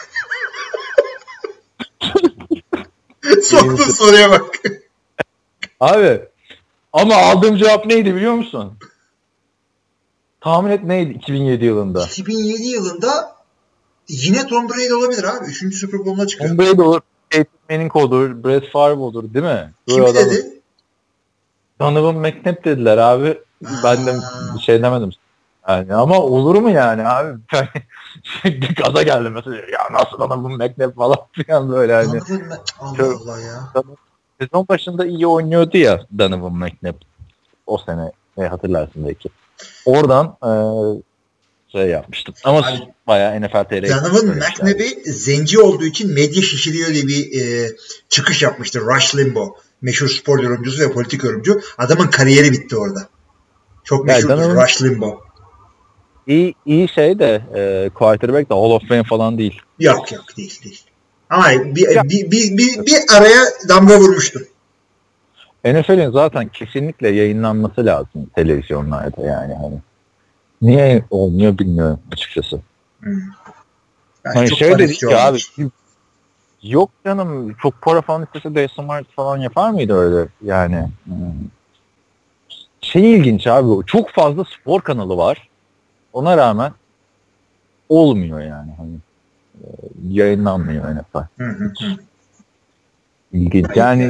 Sorduğun soruya bak. Abi ama aldığım cevap neydi biliyor musun? Tahmin et neydi iki bin yedi yılında? iki bin yedi yılında yine Tom Brady olabilir abi. Üçüncü Super Bowl'una çıkıyor. Tom Brady olur, Peyton Manning olur, Brett Favre olur değil mi? Kim Böyle dedi? adam. Donovan McNabb dediler abi. Aa. Ben de bir şey demedim. Yani ama olur mu yani abi? Bir gaza geldim mesela. Ya nasıl Donovan McNabb falan filan böyle hani. Allah Allah ya. Sezon başında iyi oynuyordu ya Donovan McNabb. O sene e, hatırlarsın belki. Oradan e, şey yapmıştım. Ama Abi, bayağı N F L T R'ye Donovan McNabb'i zenci olduğu için medya şişiriyor diye bir e, çıkış yapmıştı Rush Limbaugh. Meşhur spor yorumcusu ve politik yorumcu. Adamın kariyeri bitti orada. Çok meşhur yani Donovan, Rush Limbaugh. İyi, iyi şey de e, quarterback de Hall of Fame falan değil. Yok yok değil değil. Ama bir, bir, bir, bir, bir araya damga vurmuştu. N F L'in zaten kesinlikle yayınlanması lazım televizyonlarda yani. Hani niye olmuyor bilmiyorum açıkçası. Hmm. Yani hani şey dedik ki abi yok canım çok para falan istese de S M R falan yapar mıydı öyle yani. Hmm. Şey ilginç abi çok fazla spor kanalı var. Ona rağmen olmuyor yani. Hani yayınlanmıyor N F L. Hı hı hı. İlginç. Yani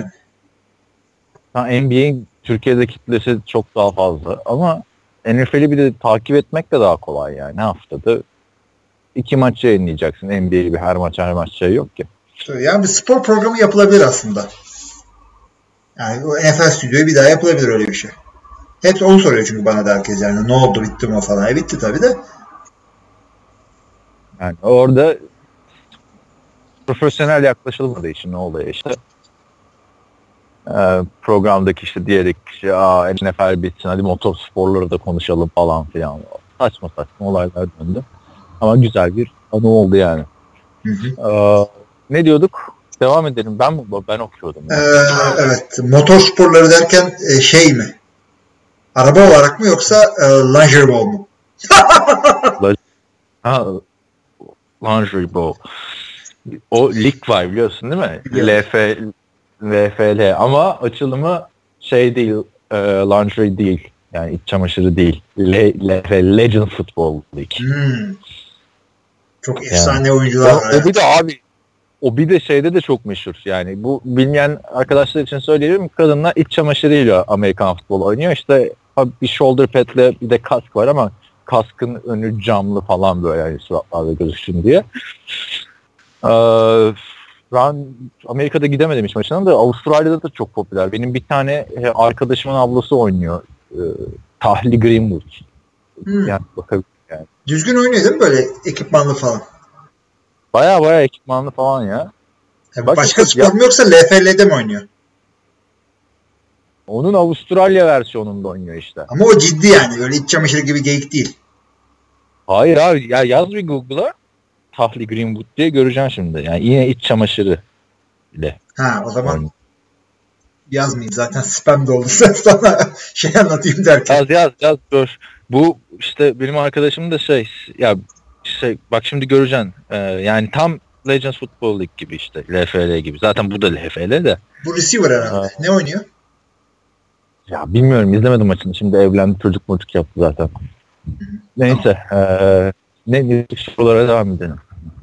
N B A'in Türkiye'de kitlesi çok daha fazla ama N F L'i bir de takip etmek de daha kolay yani. Haftada iki maç yayınlayacaksın. N B A'li bir her maç her maç şey yok ki. Yani bir spor programı yapılabilir aslında. Yani o N F L stüdyoyu bir daha yapılabilir öyle bir şey. Hep onu soruyor çünkü bana da herkes yani ne oldu bitti mi o falan. E bitti tabii de. Yani orada profesyonel yaklaşılmadığı için ne oluyor işte. Ee, programdaki işte diğer kişi aa N F L bitsin hadi motor sporları da konuşalım falan filan. Saçma saçma olaylar döndü. Ama güzel bir anı oldu yani. Hı hı. Ee, ne diyorduk? Devam edelim. Ben mi? Ben okuyordum. Yani. Ee, evet. Motor sporları derken e, şey mi? Araba olarak mı yoksa e, lingerie ball mu? ha, Laundry Bowl. O lig var biliyorsun değil mi? Biliyorum. L F L F L ama açılımı şey değil, e, laundry değil. Yani iç çamaşırı değil. L F L Legend Football League. Hmm. Çok Yani. efsane oyuncular O, var. o bir de abi o bir de şeyde de çok meşhur. Yani bu bilmeyen arkadaşlar için söyleyelim. Kadınlar iç çamaşırıyla Amerikan futbolu oynuyor. İşte bir shoulder pad'le bir de kask var ama kaskın önü camlı falan böyle yani suratlarda gözüksün diye. Ee, ben Amerika'da gidemedim hiç maçına da Avustralya'da da çok popüler. Benim bir tane arkadaşımın ablası oynuyor. Ee, Tahli Greenwood. Hmm. Yani bakabilir yani. Düzgün oynuyor değil mi böyle ekipmanlı falan? Baya baya ekipmanlı falan ya. Yani Bak başka işte, spor ya, mu yoksa L F L'de mi oynuyor? onun Avustralya versiyonunda oynuyor işte. Ama o ciddi yani. Öyle iç çamaşırı gibi geyik değil. Hayır abi ya yaz bir Google'a Tahli Greenwood diye göreceksin şimdi. Yani yine iç çamaşırı ile. Ha o zaman oynuyor. yazmayayım. Zaten spam doldu. Sana şey anlatayım derken. Yaz yaz yaz dur. Bu işte benim arkadaşım da şey ya şey bak şimdi göreceksin. Ee, yani tam Legends Football League gibi işte. L F L gibi. Zaten bu da L F L de. Bu receiver herhalde. Ha. Ne oynuyor? Ya bilmiyorum izlemedim maçını. Şimdi evlendi çocuk çocuk yaptı zaten. Neyse. Ee, ne ne sorulara devam edelim.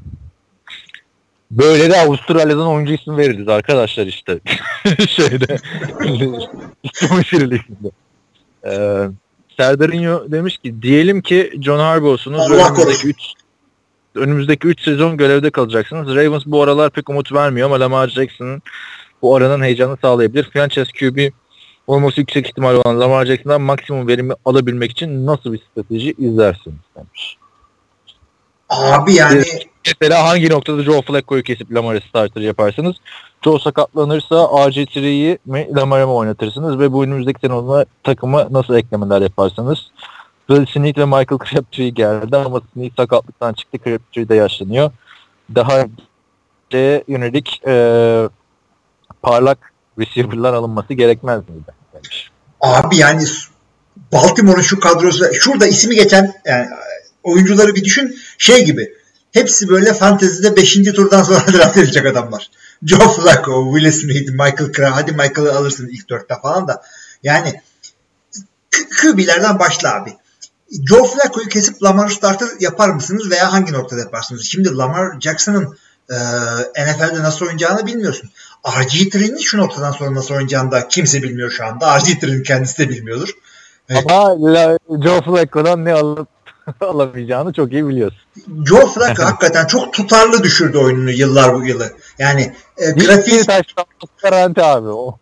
Böyle de Avustralya'dan oyuncu isim veririz arkadaşlar işte. Şeyde. Çamaşır Ligi'nde. Ee, Serdarinho demiş ki diyelim ki John Harbaugh'sunuz Allah önümüzdeki korusun. üç önümüzdeki üç sezon görevde kalacaksınız. Ravens bu aralar pek umut vermiyor ama Lamar Jackson'ın bu aranın heyecanını sağlayabilir. Franchise Q B olması yüksek ihtimal olan Lamar Jackson'dan maksimum verimi alabilmek için nasıl bir strateji izlersiniz demiş. Abi yani Mesela hangi noktada Joe Flacco'yu kesip Lamar'ı starter yaparsınız? Joe sakatlanırsa R G üç'yi mi Lamar'ı mı oynatırsınız ve bu önümüzdeki sezonda takıma nasıl eklemeler yaparsınız? Snead ve Michael Crabtree geldi ama Snead sakatlıktan çıktı. Crabtree de yaşlanıyor. Daha yönelik e, parlak receiver'lar alınması gerekmez miydi? Demiş. abi yani Baltimore'un şu kadrosu şurada ismi geçen yani oyuncuları bir düşün şey gibi. Hepsi böyle fantezide beşinci turdan sonra draft edilecek adamlar. Joe Flacco, Will Smith, Michael Crabtree. Hadi Michael'ı alırsın ilk dörtte falan da. Yani Q B'lerden başla abi. Joe Flacco'yu kesip Lamar'ı starter yapar mısınız veya hangi noktada yaparsınız? Şimdi Lamar Jackson'ın e, N F L'de nasıl oynayacağını bilmiyorsun. R G üç'nin şu noktadan sonra nasıl oynayacağını da kimse bilmiyor şu anda. R G üç'nin kendisi de bilmiyordur. Evet. Ama Joe Flacco'dan ne alıp alamayacağını çok iyi biliyorsun. Joe Flacco hakikaten çok tutarlı düşürdü oyununu yıllar bu yılı. Yani e, grafik... Bir taştan garanti abi o.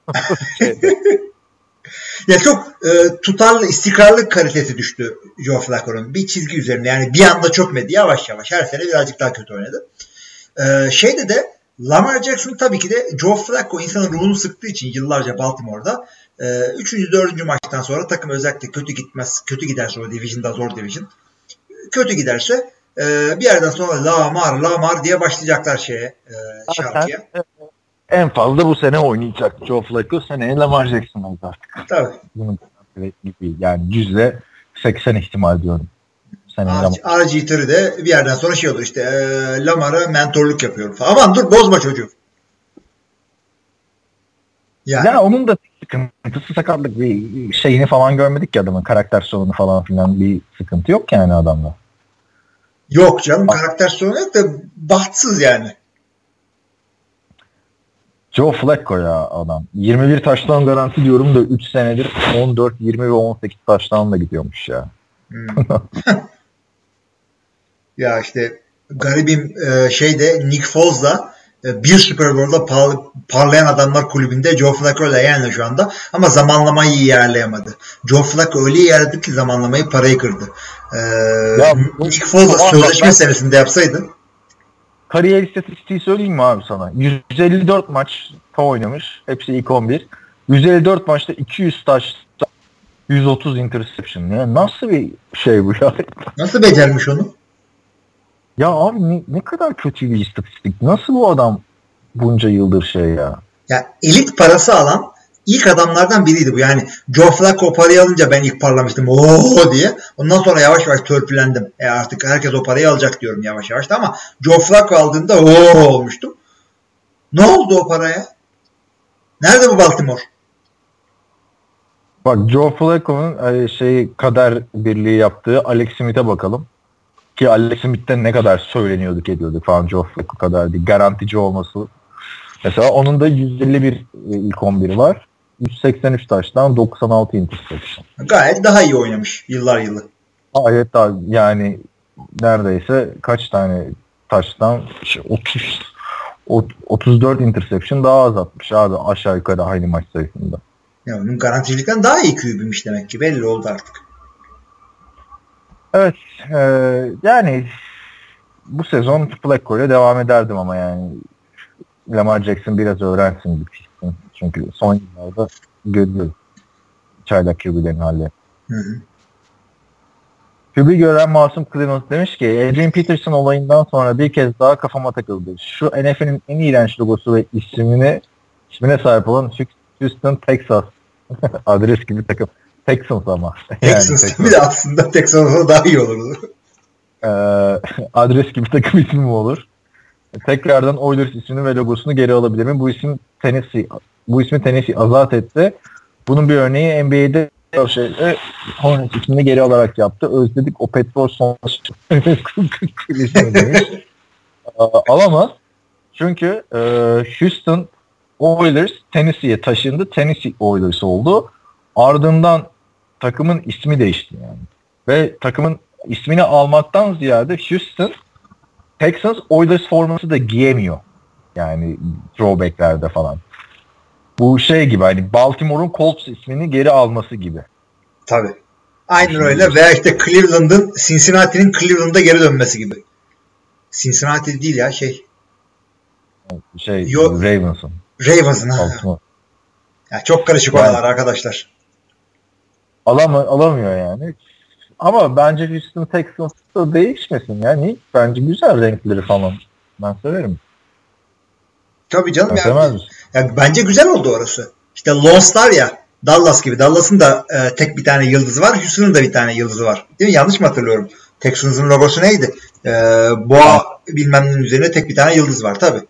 Ya çok e, tutarlı, istikrarlı kalitesi düştü Joe Flacco'nun. Bir çizgi üzerinde. Yani bir anda çökmedi. Yavaş yavaş. Her sene birazcık daha kötü oynadı. E, şeyde de Lamar Jackson tabii ki de Joe Flacco insanın ruhunu sıktığı için yıllarca Baltimore'da e, üçüncü dördüncü maçtan sonra takım özellikle kötü gitmez. Kötü giderse o division'da zor division. Kötü giderse e, bir yerden sonra Lamar Lamar diye başlayacaklar şeye e, şarkıya. En fazla bu sene oynayacak Joe Flacco. Seneye Lamar Jackson oldu artık. Tabii. Bunun gibi yani yüzde seksen ihtimal diyorum. R G üç'ü de bir yerden sonra şey olur işte e, Lamar'a mentorluk yapıyorum falan. Aman dur bozma çocuğu. Yani. Ya onun da sıkıntısı sakatlık bir şeyini falan görmedik ya adamın karakter sorunu falan filan bir sıkıntı yok yani adamda. Yok canım karakter sorunu yok da bahtsız yani. Joe Flacco ya adam. yirmi bir taştan garanti diyorum da üç senedir on dört, yirmi ve on sekiz taştanla gidiyormuş ya. Hmm. Ya işte garibim e, şeyde Nick Foles'la e, bir Super Bowl'da par- parlayan adamlar kulübünde Joe Flacco ile yani şu anda ama zamanlamayı iyi ayarlayamadı. Joe Flacco öyle iyi ayarladı ki zamanlamayı parayı kırdı. E, ya, Nick Foles'la sözleşme ben... senesinde yapsaydı kariyer istatistiği söyleyeyim mi abi sana? yüz elli dört maç oynamış. Hepsi ilk on bir. yüz elli dört maçta iki yüz taş, yüz otuz interception. Ya nasıl bir şey bu ya? Nasıl becermiş onu? Ya abi ne, ne kadar kötü bir istatistik. Nasıl bu adam bunca yıldır şey ya? Ya elit parası alan ilk adamlardan biriydi bu. Yani Joe Flacco o parayı alınca ben ilk parlamıştım. Ooo diye. Ondan sonra yavaş yavaş törpülendim. E artık herkes o parayı alacak diyorum yavaş yavaş. Ama Joe Flacco aldığında ooo olmuştum. Ne oldu o paraya? Nerede bu Baltimore? Bak Joe Flacco'nun şey kader birliği yaptığı Alex Smith'e bakalım. Ki Alex Smith'ten ne kadar söyleniyorduk ediyorduk falan Joe Flacco kadar değil. Garantici olması. Mesela onun da yüz elli bir ilk on biri var. yüz seksen üç taştan doksan altı interception. Gayet daha iyi oynamış yıllar yılı. Gayet daha yani neredeyse kaç tane taştan otuz otuz dört interception daha az atmış abi aşağı yukarı aynı maç sayısında. Ya onun garanticilikten daha iyi Q B'ymiş demek ki. Belli oldu artık. Evet. E, yani bu sezon Flacco ile devam ederdim ama yani Lamar Jackson biraz öğrensin bir pistin. Çünkü son yıllarda görüyoruz çaylak Q B'lerin hali. Hı hı. Q B gören Masum Cleveland demiş ki Adrian Peterson olayından sonra bir kez daha kafama takıldı. Şu N F L'in en iğrenç logosu ve ismini ismine sahip olan Houston Texas adres gibi takım. Texans ama. Texans yani, bir de aslında Texans'a daha iyi olurdu. Ee, adres gibi takım ismi mi olur? Tekrardan Oilers ismini ve logosunu geri alabilir mi? Bu isim Tennessee, bu ismi Tennessee azat etti. Bunun bir örneği N B A'de o şeyde Hornets ismini geri alarak yaptı. Özledik o petrol sonrası demiş. Alamaz. Çünkü e, Houston Oilers Tennessee'ye taşındı. Tennessee Oilers oldu. Ardından takımın ismi değişti yani. Ve takımın ismini almaktan ziyade Houston Texans Oilers forması da giyemiyor. Yani throwback'lerde falan. Bu şey gibi hani Baltimore'un Colts ismini geri alması gibi. Tabii. Aynen öyle. Veya işte Cleveland'ın Cincinnati'nin Cleveland'a geri dönmesi gibi. Cincinnati değil ya şey. Şey Yo, Ravens'ın. Ravens'ın ha. Ya çok karışık yani, oralar arkadaşlar. Alam alamıyor yani. Ama bence Houston Texans'ta değişmesin yani. Bence güzel renkleri falan. Ben severim. Tabii canım ya. Yani bence güzel oldu orası. İşte Lone Star ya. Dallas gibi. Dallas'ın da e, tek bir tane yıldızı var. Houston'ın da bir tane yıldızı var. Değil mi? Yanlış mı hatırlıyorum? Texans'ın logosu neydi? E, boğa bilmem nenin üzerine tek bir tane yıldız var tabii.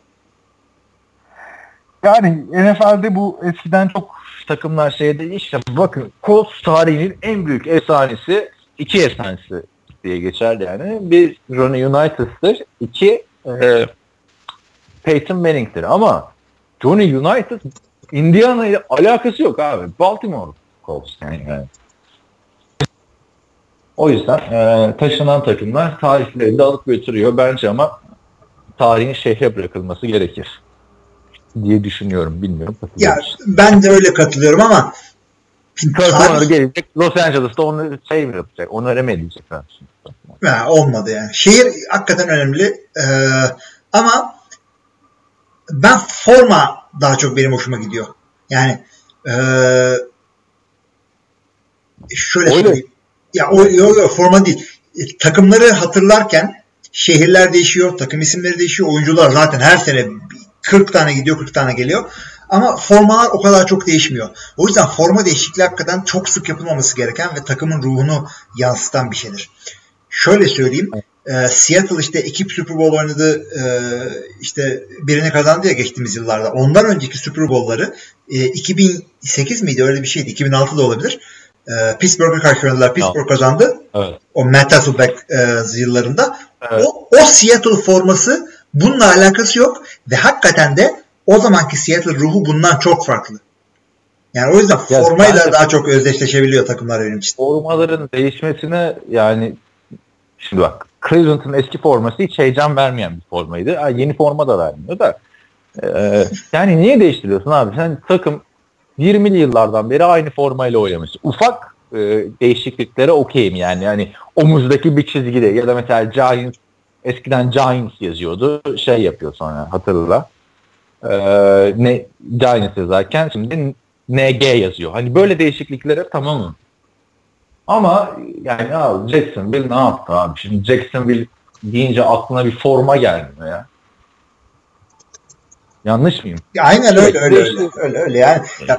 Yani N F L'de bu eskiden çok takımlar şeyde işte bakın Colts tarihinin en büyük efsanesi iki efsanesi diye geçer yani. Bir Johnny United'tır. İki e, Peyton Manning'tir. Ama Johnny United Indiana ile alakası yok abi. Baltimore Colts yani. yani. O yüzden e, taşınan takımlar tarihlerini de alıp götürüyor bence ama tarihin şehre bırakılması gerekir diye düşünüyorum. Bilmiyorum. Ya ben de öyle katılıyorum ama tarih gelecek. Los Angeles'ta onu şey mi yapacak? Onu öyle mi edecekler? Ha, olmadı yani. Şehir hakikaten önemli. Ee, ama ben forma daha çok benim hoşuma gidiyor. Yani ee, şöyle öyle. söyleyeyim. Ya o, o, o forma değil. E, takımları hatırlarken şehirler değişiyor, takım isimleri değişiyor, oyuncular zaten her sene kırk tane gidiyor, kırk tane geliyor. Ama formalar o kadar çok değişmiyor. O yüzden forma değişikliği hakikaten çok sık yapılmaması gereken ve takımın ruhunu yansıtan bir şeydir. Şöyle söyleyeyim. E, Seattle işte iki Super Bowl oynadı. E, işte birini kazandı ya geçtiğimiz yıllarda. Ondan önceki Super Bowl'ları e, iki bin sekiz miydi? Öyle bir şeydi. iki bin altı da olabilir. E, Pittsburgh'a karşı oynadılar. Pittsburgh kazandı. Evet. O Matt Hasselbeck e, yıllarında. Evet. O, o Seattle forması bununla alakası yok ve hakikaten de o zamanki Seattle ruhu bundan çok farklı. Yani o yüzden ya formayla de, daha çok özdeşleşebiliyor takımlar benim için. Formaların değişmesine yani şimdi bak Cleveland'ın eski forması hiç heyecan vermeyen bir formaydı. Yani yeni forma da vermiyor da. Ee, yani niye değiştiriyorsun abi? Sen takım yirmili yıllardan beri aynı formayla oynamış. Ufak e, değişikliklere okeyim yani. Yani omuzdaki bir çizgide ya da mesela Giants eskiden Giants yazıyordu. Şey yapıyor sonra hatırla. Ee, ne Giants yazarken şimdi N G yazıyor. Hani böyle değişikliklere tamamım. Ama yani abi Jacksonville ne yaptı abi? Şimdi Jacksonville deyince aklına bir forma gelmiyor ya. Yanlış mıyım? Ya aynen öyle öyle öyle öyle öyle yani. Ya,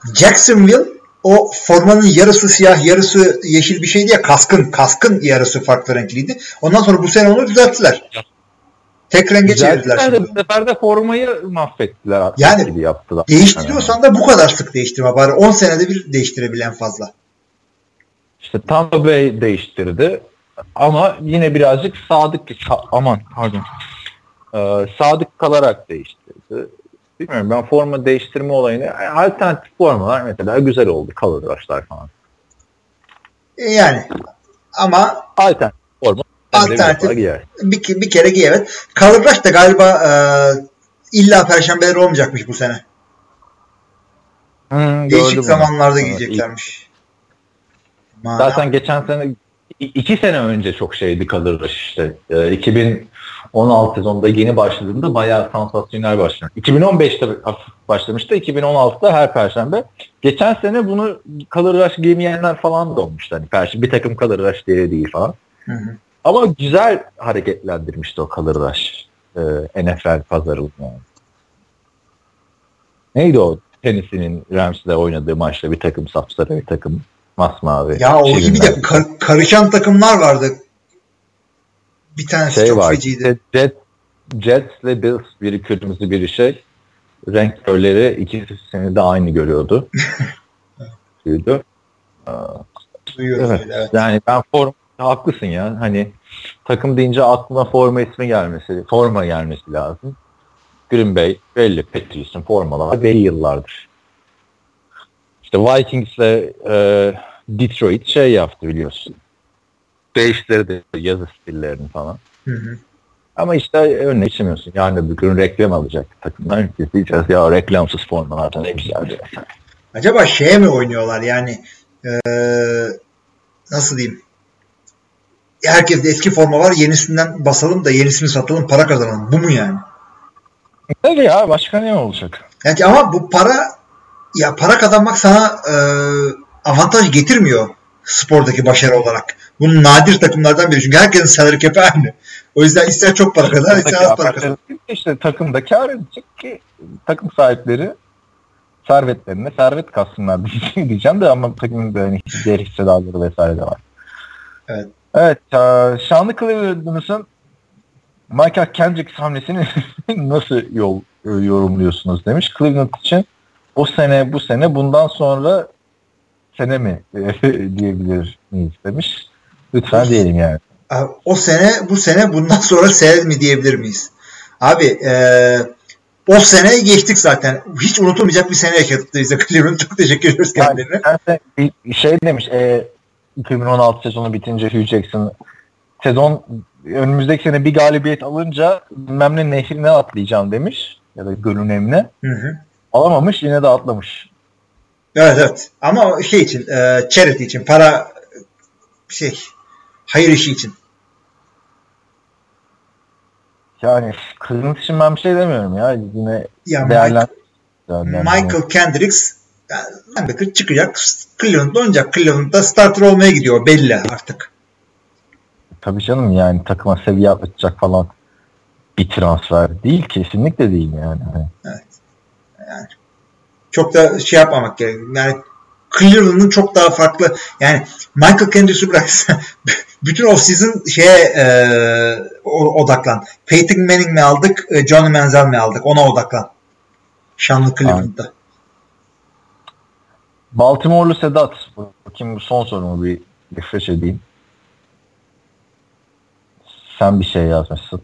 Jacksonville o formanın yarısı siyah yarısı yeşil bir şeydi ya, kaskın kaskın yarısı farklı renkliydi. Ondan sonra bu sene onu düzelttiler. Tek renge çevirdiler şimdi. Bu sefer de formayı mahvettiler. Yani gibi yaptılar. değiştiriyorsan da bu kadar sık değiştirme. Bari on senede bir değiştirebilen fazla. İşte Tampa Bay değiştirdi. Ama yine birazcık sadık aman pardon. Ee, sadık kalarak değiştirdi. Bilmiyorum, ben forma değiştirme olayını, alternatif formalar mesela güzel oldu. Color Rush'lar falan. Yani ama alternatif forma alternatif bir, bir, bir kere giy, evet. Color Rush da galiba e, illa perşembeler olmayacakmış bu sene. Hmm, değişik zamanlarda onu giyeceklermiş. Mana. Zaten geçen sene iki sene önce çok şeydi Color Rush işte. E, iki bin on altı sezonunda yeni başladığında bayağı sansasyonel başladı. iki bin on beşte başlamıştı. iki bin on altıda her perşembe. Geçen sene bunu Color Rush giymeyenler falan da olmuştu. Hani perşembe bir takım Color Rush diye değil falan. Hı hı. Ama güzel hareketlendirmişti o Color Rush e, N F L pazarını. Yani. Neydi o Tennessee'nin Rams'le oynadığı maçta bir takım sapsarı, bir takım masmavi. Ya o gibi de kar- karışan takımlar vardı. Bir tanesi şey çok var, feciydi. Jet, Jets ile Bills, biri kırmızı biri şey. Renk körleri ikisini de aynı görüyordu. Duydu. Duyuyoruz evet. öyle, evet. Yani ben form haklısın ya. Hani takım deyince aklına forma ismi gelmesi, forma gelmesi lazım. Green Bay belli, Patriots'ın formaları belli yıllardır. İşte Vikings'le e, Detroit şey yaptı biliyorsun. Değiştirdi yazı stillerini falan. Hı hı. Ama işte önüne geçemiyorsun. Yani bir gün reklam alacak takımlar. Biz diyeceğiz ya reklamsız formalardan ne güzeldi. Acaba şeye mi oynuyorlar yani ee, nasıl diyeyim? Herkeste eski forma var, yenisinden basalım da yenisini satalım, para kazanalım. Bu mu yani? Öyle ya, başka ne olacak? Yani ama bu para, ya para kazanmak sana e, avantaj getirmiyor spordaki başarı olarak. Bunun nadir takımlardan biri. Çünkü herkesin salary cap'i aynı. O yüzden ister çok para kazan, ister az para kazan. İşte takımda kâr edecek ki takım sahipleri servetlerine servet kassınlar diyeceğim de, ama takımın böyle diğer hissedarları vesaire de var. Evet. Evet. Şanlı Cleveland'ın Michael Kendricks hamlesini nasıl yol yorumluyorsunuz demiş. Cleveland için o sene bu sene bundan sonra sene mi diyebilir miyiz demiş. Lütfen diyelim yani. O sene bu sene bundan sonra sene mi diyebilir miyiz? Abi ee, o seneyi geçtik zaten. Hiç unutulmayacak bir sene yaşadık da bize Cleveland. Çok teşekkür ediyoruz kendilerine. Yani, bir şey demiş e, iki bin on altı sezonu bitince Hugh Jackson sezon önümüzdeki sene bir galibiyet alınca bilmem ne nehrine atlayacağım demiş. Ya da gölün emine. Hı hı. Alamamış, yine de atlamış. Evet evet. Ama şey için, e, charity için, para şey, hayır işi için. Yani kızın için ben bir şey demiyorum ya. Yine ya Michael, Michael Kendricks yani, çıkacak, Cleveland'da oynayacak. Cleveland'da starter olmaya gidiyor belli artık. Tabii canım, yani takıma seviye atlatacak falan bir transfer değil. Kesinlikle değil yani. Evet. Yani çok da şey yapmamak gerekiyor. Yani Cleveland'ın çok daha farklı, yani Michael Kendricks'i bıraksa bütün off-season şeye e, odaklan. Peyton Manning mi aldık, Johnny Manziel mi aldık? Ona odaklan. Şanlı Cleveland'da. Baltimore'lu Sedat. Bakayım, bu son sorumu bir refresh edeyim. Sen bir şey yazmışsın.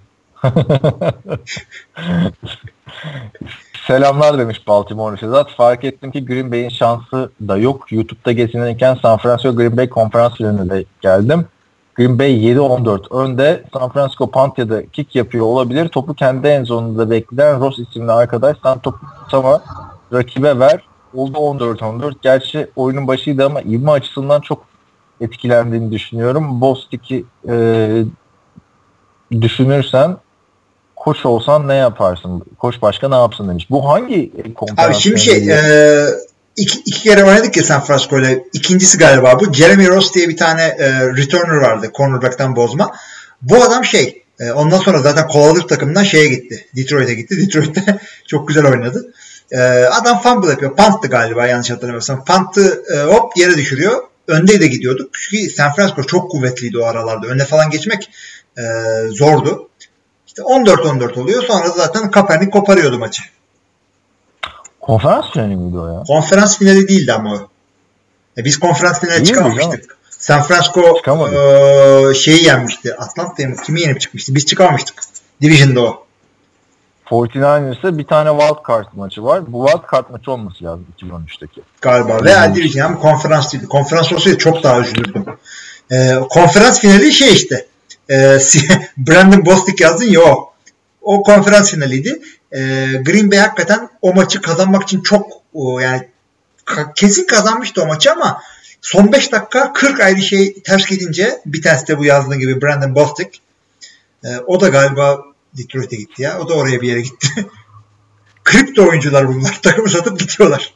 Selamlar demiş Baltimore Sedat. Fark ettim ki Green Bay'in şansı da yok. YouTube'da gezinirken San Francisco Green Bay konferans finaline de geldim. Green Bay yedi on dört önde. San Francisco punt ya da kick yapıyor olabilir. Topu kendi en zonunda bekleyen Ross isimli arkadaş, sen topu tutama rakibe ver. Oldu on dört on dört. Gerçi oyunun başıydı ama ivme açısından çok etkilendiğini düşünüyorum. Bostic'i e, düşünürsen koç olsan ne yaparsın? Koç başka ne yapsın demiş. Bu hangi konferans? Abi şimdi şey e, iki, iki kere oynadık ya San Francisco ile. İkincisi galiba bu. Jeremy Ross diye bir tane e, returner vardı. Cornerback'tan bozma. Bu adam şey e, ondan sonra zaten kovaladık takımdan şeye gitti. Detroit'e gitti. Detroit'te çok güzel oynadı. Ee, adam fumble yapıyor. Punt'tı galiba yanlış hatırlamıyorsam. Punt'ı e, hop yere düşürüyor. Önde de gidiyorduk. Çünkü San Francisco çok kuvvetliydi o aralarda. Önüne falan geçmek e, zordu. İşte on dört on dört oluyor. Sonra da zaten Kaepernick koparıyordu maçı. Konferans finali miydi o ya? Konferans finali değildi ama o. E, biz konferans finali çıkamamıştık. San Francisco e, şeyi yenmişti. Atlanta'yı mı? Kimi yenip çıkmıştı? Biz çıkamamıştık. Division'da o. kırk dokuz'da bir tane wild card maçı var. Bu wild card maçı olması lazım iki bin on üçteki. Galiba. Veya Division ama konferans değil. Konferans olsaydı çok daha üzülürdüm. E, konferans finali şey işte. E, Brandon Bostic yazdın ya o. O konferans finaliydi. E, Green Bay hakikaten o maçı kazanmak için çok o, yani ka- kesin kazanmıştı o maçı ama son beş dakika kırk ayrı şey ters gidince bir tanesi de bu yazdığın gibi Brandon Bostic. E, o da galiba Detroit'e gitti ya. O da oraya bir yere gitti. Kripto oyuncular bunlar. Takımı satıp gidiyorlar.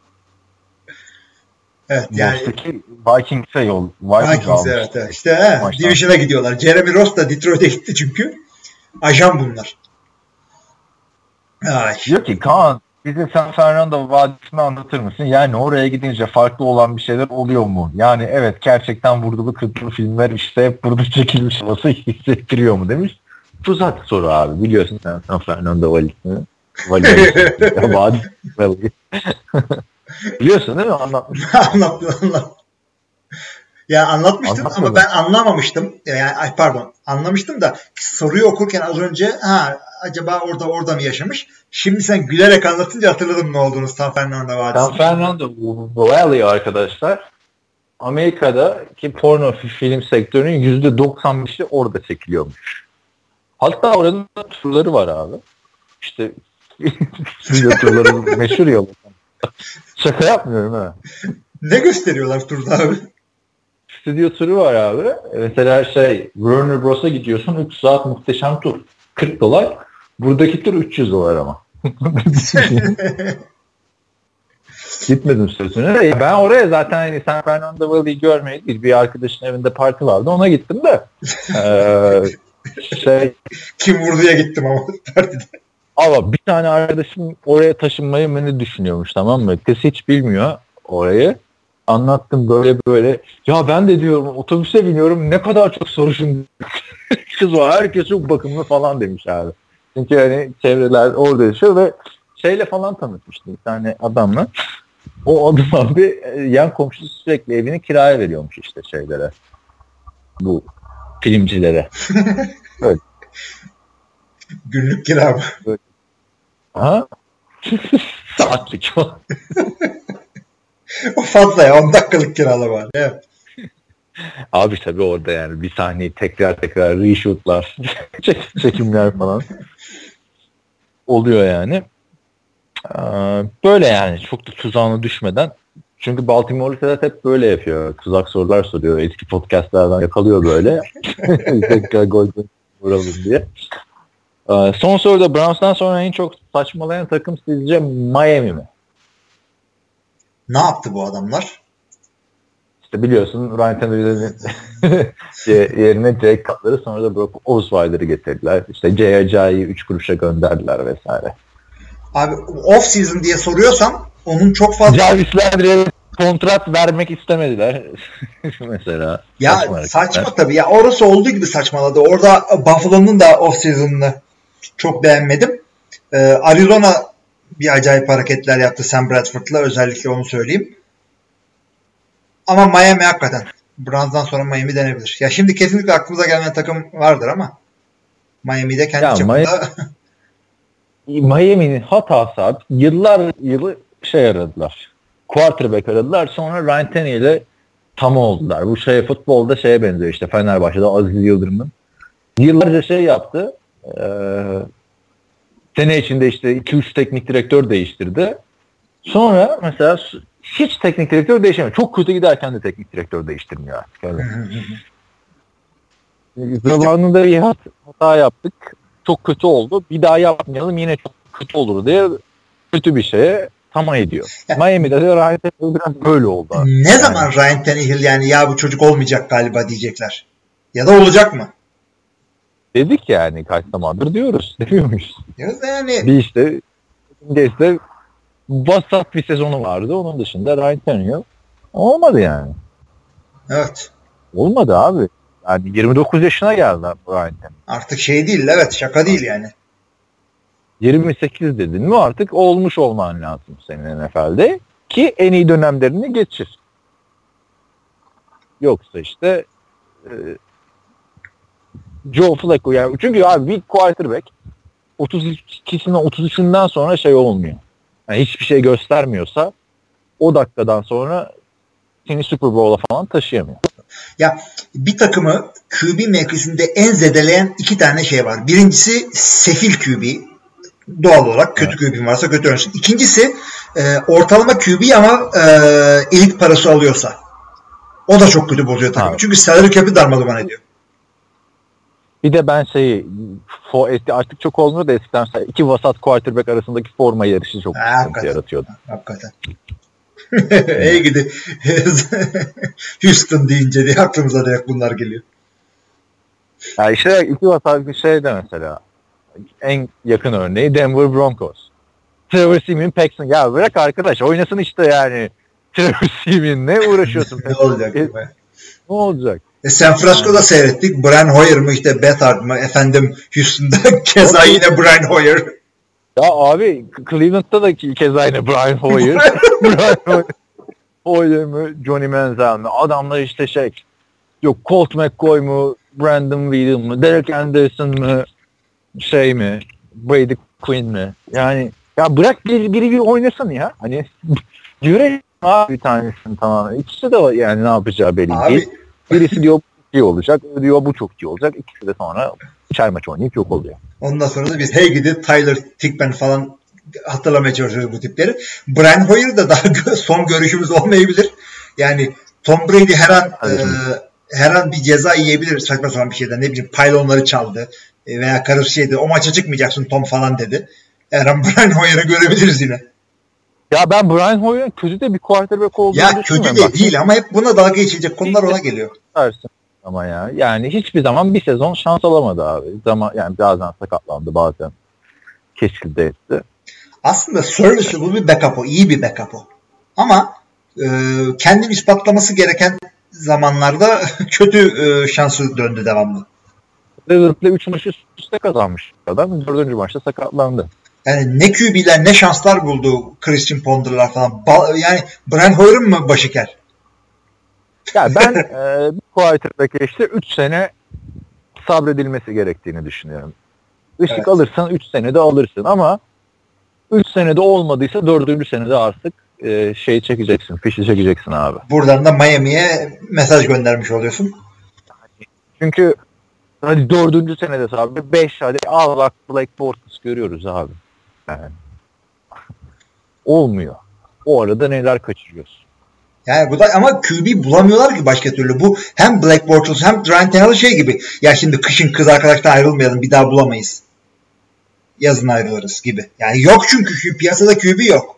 Evet yani. Vikings'e yol. Vikings, Vikings evet, evet. İşte he, Division'a gidiyorlar. Jeremy Ross da Detroit'e gitti çünkü. Ajan bunlar. Ay. Diyor ki Kaan bize San Fernando Vadisi'ni anlatır mısın? Yani oraya gidince farklı olan bir şeyler oluyor mu? Yani evet gerçekten vurdulu kırpılı filmler işte hep burada çekilmiş olması hissettiriyor mu demiş. Tuzak soru abi. Biliyorsun sen San Fernando Vadisi'ni. Vadisi. Biliyorsun değil mi? Anlatmıştım. anlattım anlattım. Ya anlatmıştım Anlatmadım. Ama ben anlamamıştım. Yani ay pardon anlamıştım da soruyu okurken az önce ha acaba orada orada mı yaşamış? Şimdi sen gülerek anlatınca hatırladım ne olduğunu San Fernando Vadisi. San Fernando Valley arkadaşlar Amerika'daki porno film sektörünün yüzde doksan beşi orada çekiliyormuş. Hatta oranın turları var abi. İşte stüdyo turları meşhur ya. Şaka yapmıyorum ha. Ne gösteriyorlar turda abi? Stüdyo turu var abi. Mesela şey Warner Bros'a gidiyorsun üç saat muhteşem tur. kırk dolar. Buradaki tur üç yüz dolar ama. Gitmedim sözüne. Ben oraya zaten hani San Fernando Valley'i görmeye değil. Bir arkadaşın evinde parti vardı. Ona gittim de. ee, şey Kim vurduya gittim ama partide. Ama bir tane arkadaşım oraya taşınmayı beni düşünüyormuş, tamam mı? Kız hiç bilmiyor orayı. Anlattım böyle böyle. Ya ben de diyorum otobüse biniyorum ne kadar çok soruşun kız var. Herkes çok bakımlı falan demiş abi. Çünkü hani çevreler orada yaşıyor ve şeyle falan tanışmıştım bir tane adamla. O adam abi yan komşusu sürekli evini kiraya veriyormuş işte şeylere. Bu filmcilere. Evet. Günlük kira mı? Evet. Ha? Saatlik falan. O fazla ya. on dakikalık kiralama var. Evet. Abi tabii orada yani bir sahneyi tekrar tekrar reshootlar, çekimler falan oluyor yani. Böyle yani çok da tuzağına düşmeden. Çünkü Baltimore Sedat hep böyle yapıyor. Tuzak sorular soruyor. Eski podcastlardan yakalıyor böyle. Tekrar gol vuralım diye. Son soruda Browns'tan sonra en çok saçmalayan takım sizce Miami mi? Ne yaptı bu adamlar? İşte biliyorsun Ryan Tannehill'in yerine Jake Cutler'ı sonra da Brock Osweiler'ı getirdiler. İşte J R J'yi üç kuruşa gönderdiler vesaire. Abi off season diye soruyorsam onun çok fazla... Jarvis Landry'e kontrat vermek istemediler. Mesela. Ya saçma, saçma tabii. Ya orası olduğu gibi saçmaladı. Orada Buffalo'nun da off season'ını çok beğenmedim. Ee, Arizona bir acayip hareketler yaptı Sam Bradford'la. Özellikle onu söyleyeyim. Ama Miami hakikaten. Browns'dan sonra Miami denebilir. Ya şimdi kesinlikle aklımıza gelmeyen takım vardır ama Miami'de kendi ya, çapında... Miami... Miami'nin hatası abi. Yıllar yılı şey aradılar. Quarterback aradılar. Sonra Ryan Tannehill'e tam oldular. Bu şey futbolda şeye benziyor işte. Fenerbahçe'de Aziz Yıldırım'ın. Yıllarca şey yaptı. Ee, sene içinde işte iki üç teknik direktör değiştirdi. Sonra mesela hiç teknik direktör değişemiyor. Çok kötü giderken de teknik direktör değiştirmiyor artık. Öyle. Zamanında bir hata yaptık. Çok kötü oldu. Bir daha yapmayalım yine çok kötü olur diye kötü bir şeye tamam ediyor. Miami'de de Ryan Tannehill biraz böyle oldu. Ne yani. Zaman Ryan Tannehill yani ya bu çocuk olmayacak galiba diyecekler. Ya da olacak mı? Dedik yani kaç zamandır diyoruz. Demiyor muyuz? Diyoruz yani. Bir işte işte vasat bir sezonu vardı. Onun dışında Ryan Tannehill olmadı yani. Evet. Olmadı abi. Yani yirmi dokuz yaşına geldi Ryan Tannehill. Artık şey değil, evet, şaka değil yani. yirmi sekiz dedin mi artık olmuş olman lazım senin N F L'de ki en iyi dönemlerini geçir. Yoksa işte e, Joe Flacco yani çünkü abi bir quarterback otuz ikisinden otuz üçünden sonra şey olmuyor. Yani hiçbir şey göstermiyorsa o dakikadan sonra seni Super Bowl'a falan taşıyamıyor. Ya bir takımı Q B mevkisinde en zedeleyen iki tane şey var. Birincisi sefil Q B. Doğal olarak kötü evet. Q B'in varsa kötü oynuyorsun. İkincisi e, ortalama Q B ama e, elit parası alıyorsa. O da çok kötü bozuyor takımı. Çünkü salary cap'i darmadağın ediyor. Bir de ben şeyi artık çok olmuyor da eskiden iki vasat quarterback arasındaki forma yarışı çok sıkıntı yaratıyordu. Hakikaten. Ey gidi. Houston deyince diye aklımıza direkt bunlar geliyor. Ya işte iki vasat bir şey de mesela en yakın örneği Denver Broncos. Trevor Siemian, Paxton. Ya bırak arkadaş oynasın işte yani. Trevor Siemian ne uğraşıyorsun? Ne olacak? E, ne olacak? E San Francisco'da yani. Seyrettik. Brian Hoyer mı işte Bethard mı? Efendim Houston'da keza yine Brian Hoyer. Ya abi Cleveland'da da keza yine Brian Hoyer. Brian Hoyer. Hoyer mi? Johnny Manziel mi? Adamlar işte şey yok Colt McCoy mu? Brandon Whedon mu? Derek Anderson mı? Şey mi? Brady Quinn mi? Yani ya bırak biri biri bir oynasın ya. Hani görelim abi bir tanesini tamamen. İkisi de yani ne yapacağı belli abi. değil. Birisi diyor bu iyi olacak. Diyor bu çok iyi olacak. İkisi de sonra üçer maç oynayıp yok oluyor. Ondan sonra da biz hey gidi Tyler Tickman falan hatırlamaya çalışıyoruz bu tipleri. Brian Hoyer da daha son görüşümüz olmayabilir. Yani Tom Brady her an e, her an bir ceza yiyebilir saçma sapan bir şeyden. Ne bileyim pylonları çaldı veya karısı şeydi. O maça çıkmayacaksın Tom falan dedi. Her an Brian Hoyer'ı görebiliriz yine. Ya ben Brian Hoyer'ın kötü de bir quarterback olduğunu ya düşünmüyorum. Ya kötü de değil ama hep buna dalga geçecek konular ona geliyor. Ama ya yani hiçbir zaman bir sezon şans alamadı abi. Zaman yani bazen sakatlandı bazen keşke de etti. Aslında serviceable bir backup o. İyi bir backup o. Ama e, kendini ispatlaması gereken zamanlarda kötü e, şansı döndü devamlı. Cleveland'la üç maçı üstte kazanmış adam. dördüncü maçta sakatlandı. Yani ne Q B'ler ne şanslar buldu Christian Ponder'lar falan. Ba- yani Brian Hoyer'ın mı başı ker? Ya ben e, bu quarterback'e işte üç sene sabredilmesi gerektiğini düşünüyorum. Işık evet. Alırsan üç senede alırsın ama üç senede olmadıysa dördüncü senede artık e, şey çekeceksin, fişi çekeceksin abi. Buradan da Miami'ye mesaj göndermiş oluyorsun. Çünkü hadi dördüncü senede sabret, beş hadi al bak Blake Bortles görüyoruz abi. Yani. Olmuyor. O arada neler kaçırıyorsun. Yani bu da ama Q B bulamıyorlar ki başka türlü. Bu hem Blake Bortles hem Ryan Tannehill şey gibi. Ya şimdi kışın kız arkadaştan ayrılmayalım bir daha bulamayız. Yazın ayrılırız gibi. Yani yok çünkü piyasada Q B yok.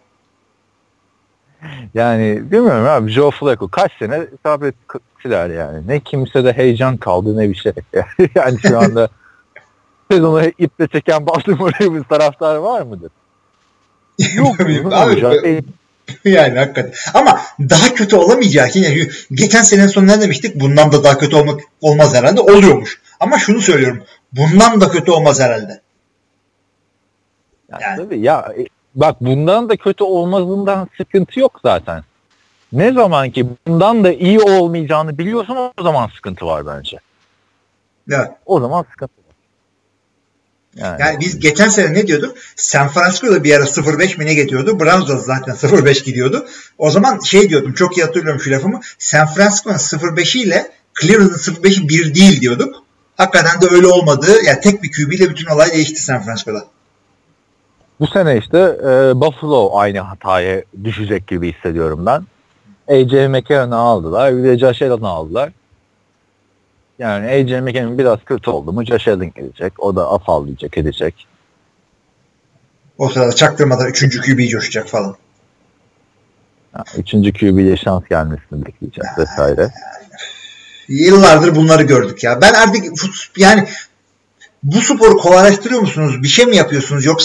Yani bilmiyorum abi Joe Flacco kaç sene sabrettiler yani. Ne kimse de heyecan kaldı ne bir şey. Yani şu anda sezonu iple çeken Baltimore Ravens taraftarı var mıdır? Yok. Abi, yani hakikaten. Ama daha kötü olamayacak. Yani geçen senenin sonu ne demiştik? Bundan da daha kötü olmak olmaz herhalde. Oluyormuş. Ama şunu söylüyorum. Bundan da kötü olmaz herhalde. Yani, yani. Tabii ya bak bundan da kötü olmazından sıkıntı yok zaten. Ne zaman ki bundan da iyi olmayacağını biliyorsan o zaman sıkıntı var bence. Evet. O zaman sıkıntı var. Yani, yani biz geçen sene ne diyorduk? San Francisco'da bir ara sıfır beş mi ne gidiyordu? Browns'da zaten sıfır beş gidiyordu. O zaman şey diyordum, çok iyi hatırlıyorum şu lafımı. San Francisco'nun sıfır beşi ile Cleveland'ın sıfır beşi bir değil diyorduk. Hakikaten de öyle olmadı. Yani tek bir Q B ile bütün olay değişti San Francisco'da. Bu sene işte e, Buffalo aynı hataya düşecek gibi hissediyorum ben. A J McCarron'ı aldılar. Bir de Josh Allen'ı aldılar. Yani A J McCarron biraz kötü oldu mu Josh Allen gelecek. O da afallayacak, edecek. O sırada çaktırmadan üçüncü Q B coşacak falan. Ha, üçüncü Q B'ye şans gelmesini bekleyeceğiz ya, vesaire. Yani, yıllardır bunları gördük ya. Ben artık yani bu sporu kolaylaştırıyor musunuz? Bir şey mi yapıyorsunuz? Yoksa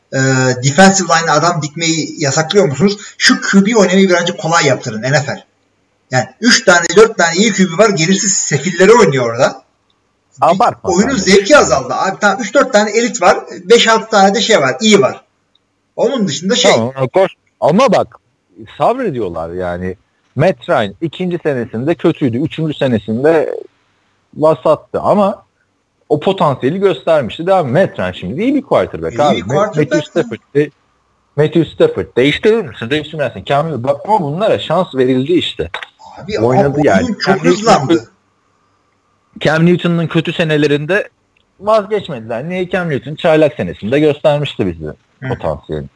e, defensive line'e adam dikmeyi yasaklıyor musunuz? Şu Q B oynamayı birazcık kolay yaptırın N F L. Yani üç tane dört tane iyi Q B var. Gerisi sefilleri oynuyor orada. Abartma. Oyunun zevki azaldı. Abi tamam üç dört tane elit var. beş altı tane de şey var. İyi var. Onun dışında şey. Tamam, koş. Ama bak sabrediyorlar yani. Matt Ryan ikinci senesinde kötüydü. Üçüncü senesinde vasattı ama o potansiyeli göstermişti. Devam. Matt Ryan şimdi iyi bir quarterback İyi abi. bir quarterback Matthew Stafford, de, Matthew Stafford değiştirir misin? Değiştirmezsin. Cam bak ama bunlara şans verildi işte. Abi oynadı yani. çok Cam hızlandı. Newton, Cam Newton'un kötü senelerinde vazgeçmediler. Niye? Cam Newton çaylak senesinde göstermişti bize potansiyelini.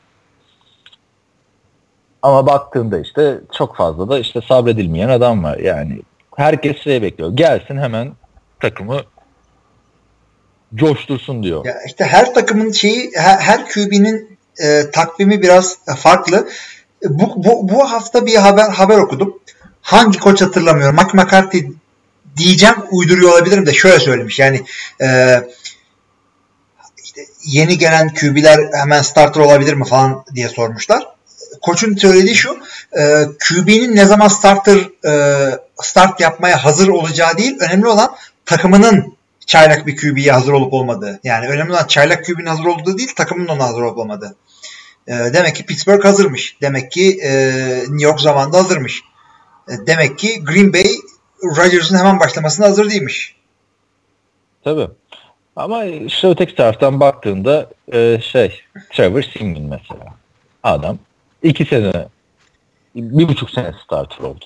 Ama baktığında işte çok fazla da işte sabredilmeyen adam var. Yani herkes şey bekliyor. Gelsin hemen takımı coştursun diyor. Ya işte her takımın şeyi her, her Q B'nin e, takvimi biraz farklı. Bu, bu, bu hafta bir haber haber okudum. Hangi koç hatırlamıyorum. Mike McCarthy diyeceğim, uyduruyor olabilirim de şöyle söylemiş. Yani e, işte yeni gelen Q B'ler hemen starter olabilir mi falan diye sormuşlar. Koçun söylediği şu, e, Q B'nin ne zaman starter e, start yapmaya hazır olacağı değil, önemli olan takımının çaylak bir Q B'ye hazır olup olmadığı. Yani önemli olan çaylak Q B'nin hazır olduğu değil, takımın ona hazır olup olmadığı. E, demek ki Pittsburgh hazırmış. Demek ki e, New York zamanında hazırmış. E, demek ki Green Bay Rodgers'ın hemen başlamasına hazır değilmiş. Tabii. Ama işte öteki taraftan baktığında e, şey Trevor Siemian mesela. Adam iki sene bir buçuk sene starter oldu.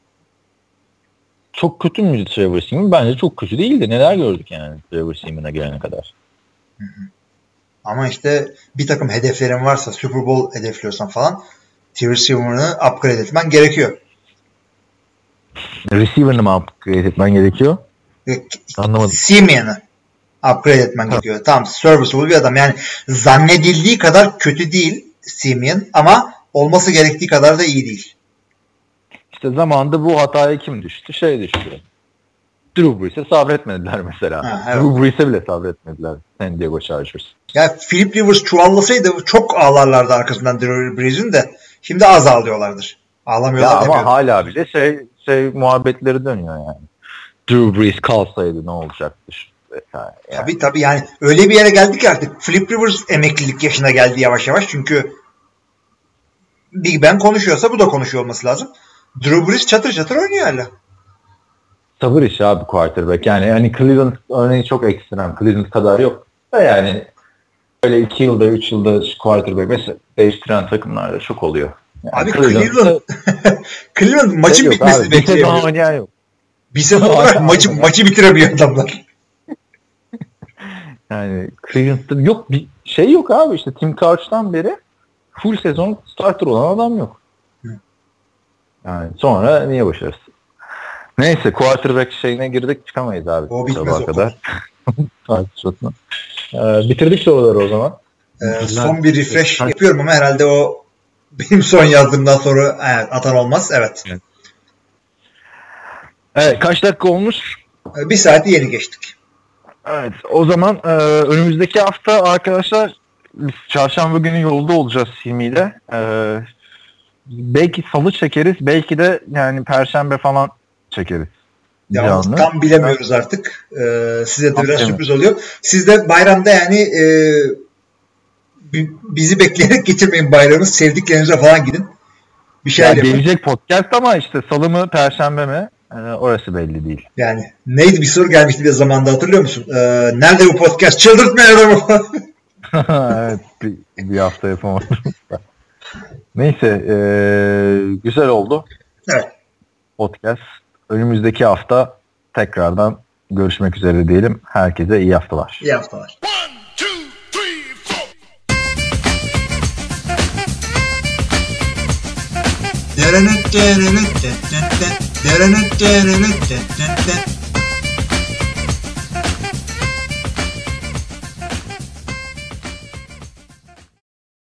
Çok kötü müydü Trevor Siemian? Bence çok kötü değildi. Neler gördük yani Trevor Siemian'a gelene kadar. Hı hı. Ama işte bir takım hedeflerin varsa, Super Bowl hedefliyorsan falan, Trevor Siemian'ı upgrade etmen gerekiyor. Receiver'ını mı upgrade etmen gerekiyor? Anlamadım. Siemian'ı upgrade etmen ha. gerekiyor. Tamam, serviceable bir adam. Yani zannedildiği kadar kötü değil Siemian ama olması gerektiği kadar da iyi değil. İşte zamanında bu hataya kim düştü? Şey düştü. Drew Brees'e sabretmediler mesela. Ha, evet. Drew Brees'e bile sabretmediler San Diego Chargers. Ya Philip Rivers çuvallasaydı çok ağlarlardı arkasından Drew Brees'in de. Şimdi az ağlıyorlardır. Ağlamıyorlar. Ya ama demiyorum. Hala bile şey şey muhabbetleri dönüyor yani. Drew Brees kalsaydı ne olacaktır? Yani. Tabii tabii yani öyle bir yere geldik ki artık Philip Rivers emeklilik yaşına geldi yavaş yavaş. Çünkü Big Ben konuşuyorsa bu da konuşuyor olması lazım. Drew Brees çatır çatır oynuyor hala. Sabır işi abi quarterback. Yani yani Cleveland örneği çok ekstrem. Cleveland kadar yok. Da yani öyle iki yılda üç yılda quarterback mesela değiştiren takımlarda çok oluyor. Yani abi Cleveland Cleveland maçın yok bitmesini abi, bekliyor. Bir sezon oynayan yok. Bir sezon olarak maçı, maçı bitiremiyor adamlar. Yani Cleveland'da yok bir şey yok abi işte Tim Couch'tan beri full sezon starter olan adam yok. Yani sonra niye başarısın? Neyse quarterback şeyine girdik çıkamayız abi. O bitmez o kadar. ee, bitirdik soruları o zaman. Ee, son bir refresh yapıyorum ama herhalde o benim son yazdığımdan sonra evet, atan olmaz. Evet. Evet. Evet kaç dakika olmuş? Bir saati yeni geçtik. Evet o zaman e, önümüzdeki hafta arkadaşlar biz çarşamba günü yolda olacağız filmiyle. E, belki salı çekeriz belki de yani perşembe falan çekeriz. Ya tam bilemiyoruz artık. Ee, size de biraz sürpriz oluyor. Siz de bayramda yani e, bizi bekleyerek geçirmeyin bayramı. Sevdiklerinize falan gidin. Bir şey yapın. Gelecek podcast ama işte salı mı perşembe mi ee, orası belli değil. Yani neydi bir soru gelmişti bir zamanda hatırlıyor musun? Ee, nerede bu podcast? Çıldırtmayın adamı. Evet bir, bir hafta yapamadım. Neyse e, güzel oldu. Evet. Podcast. Önümüzdeki hafta tekrardan görüşmek üzere diyelim. Herkese iyi haftalar. İyi haftalar. One, two, three, four.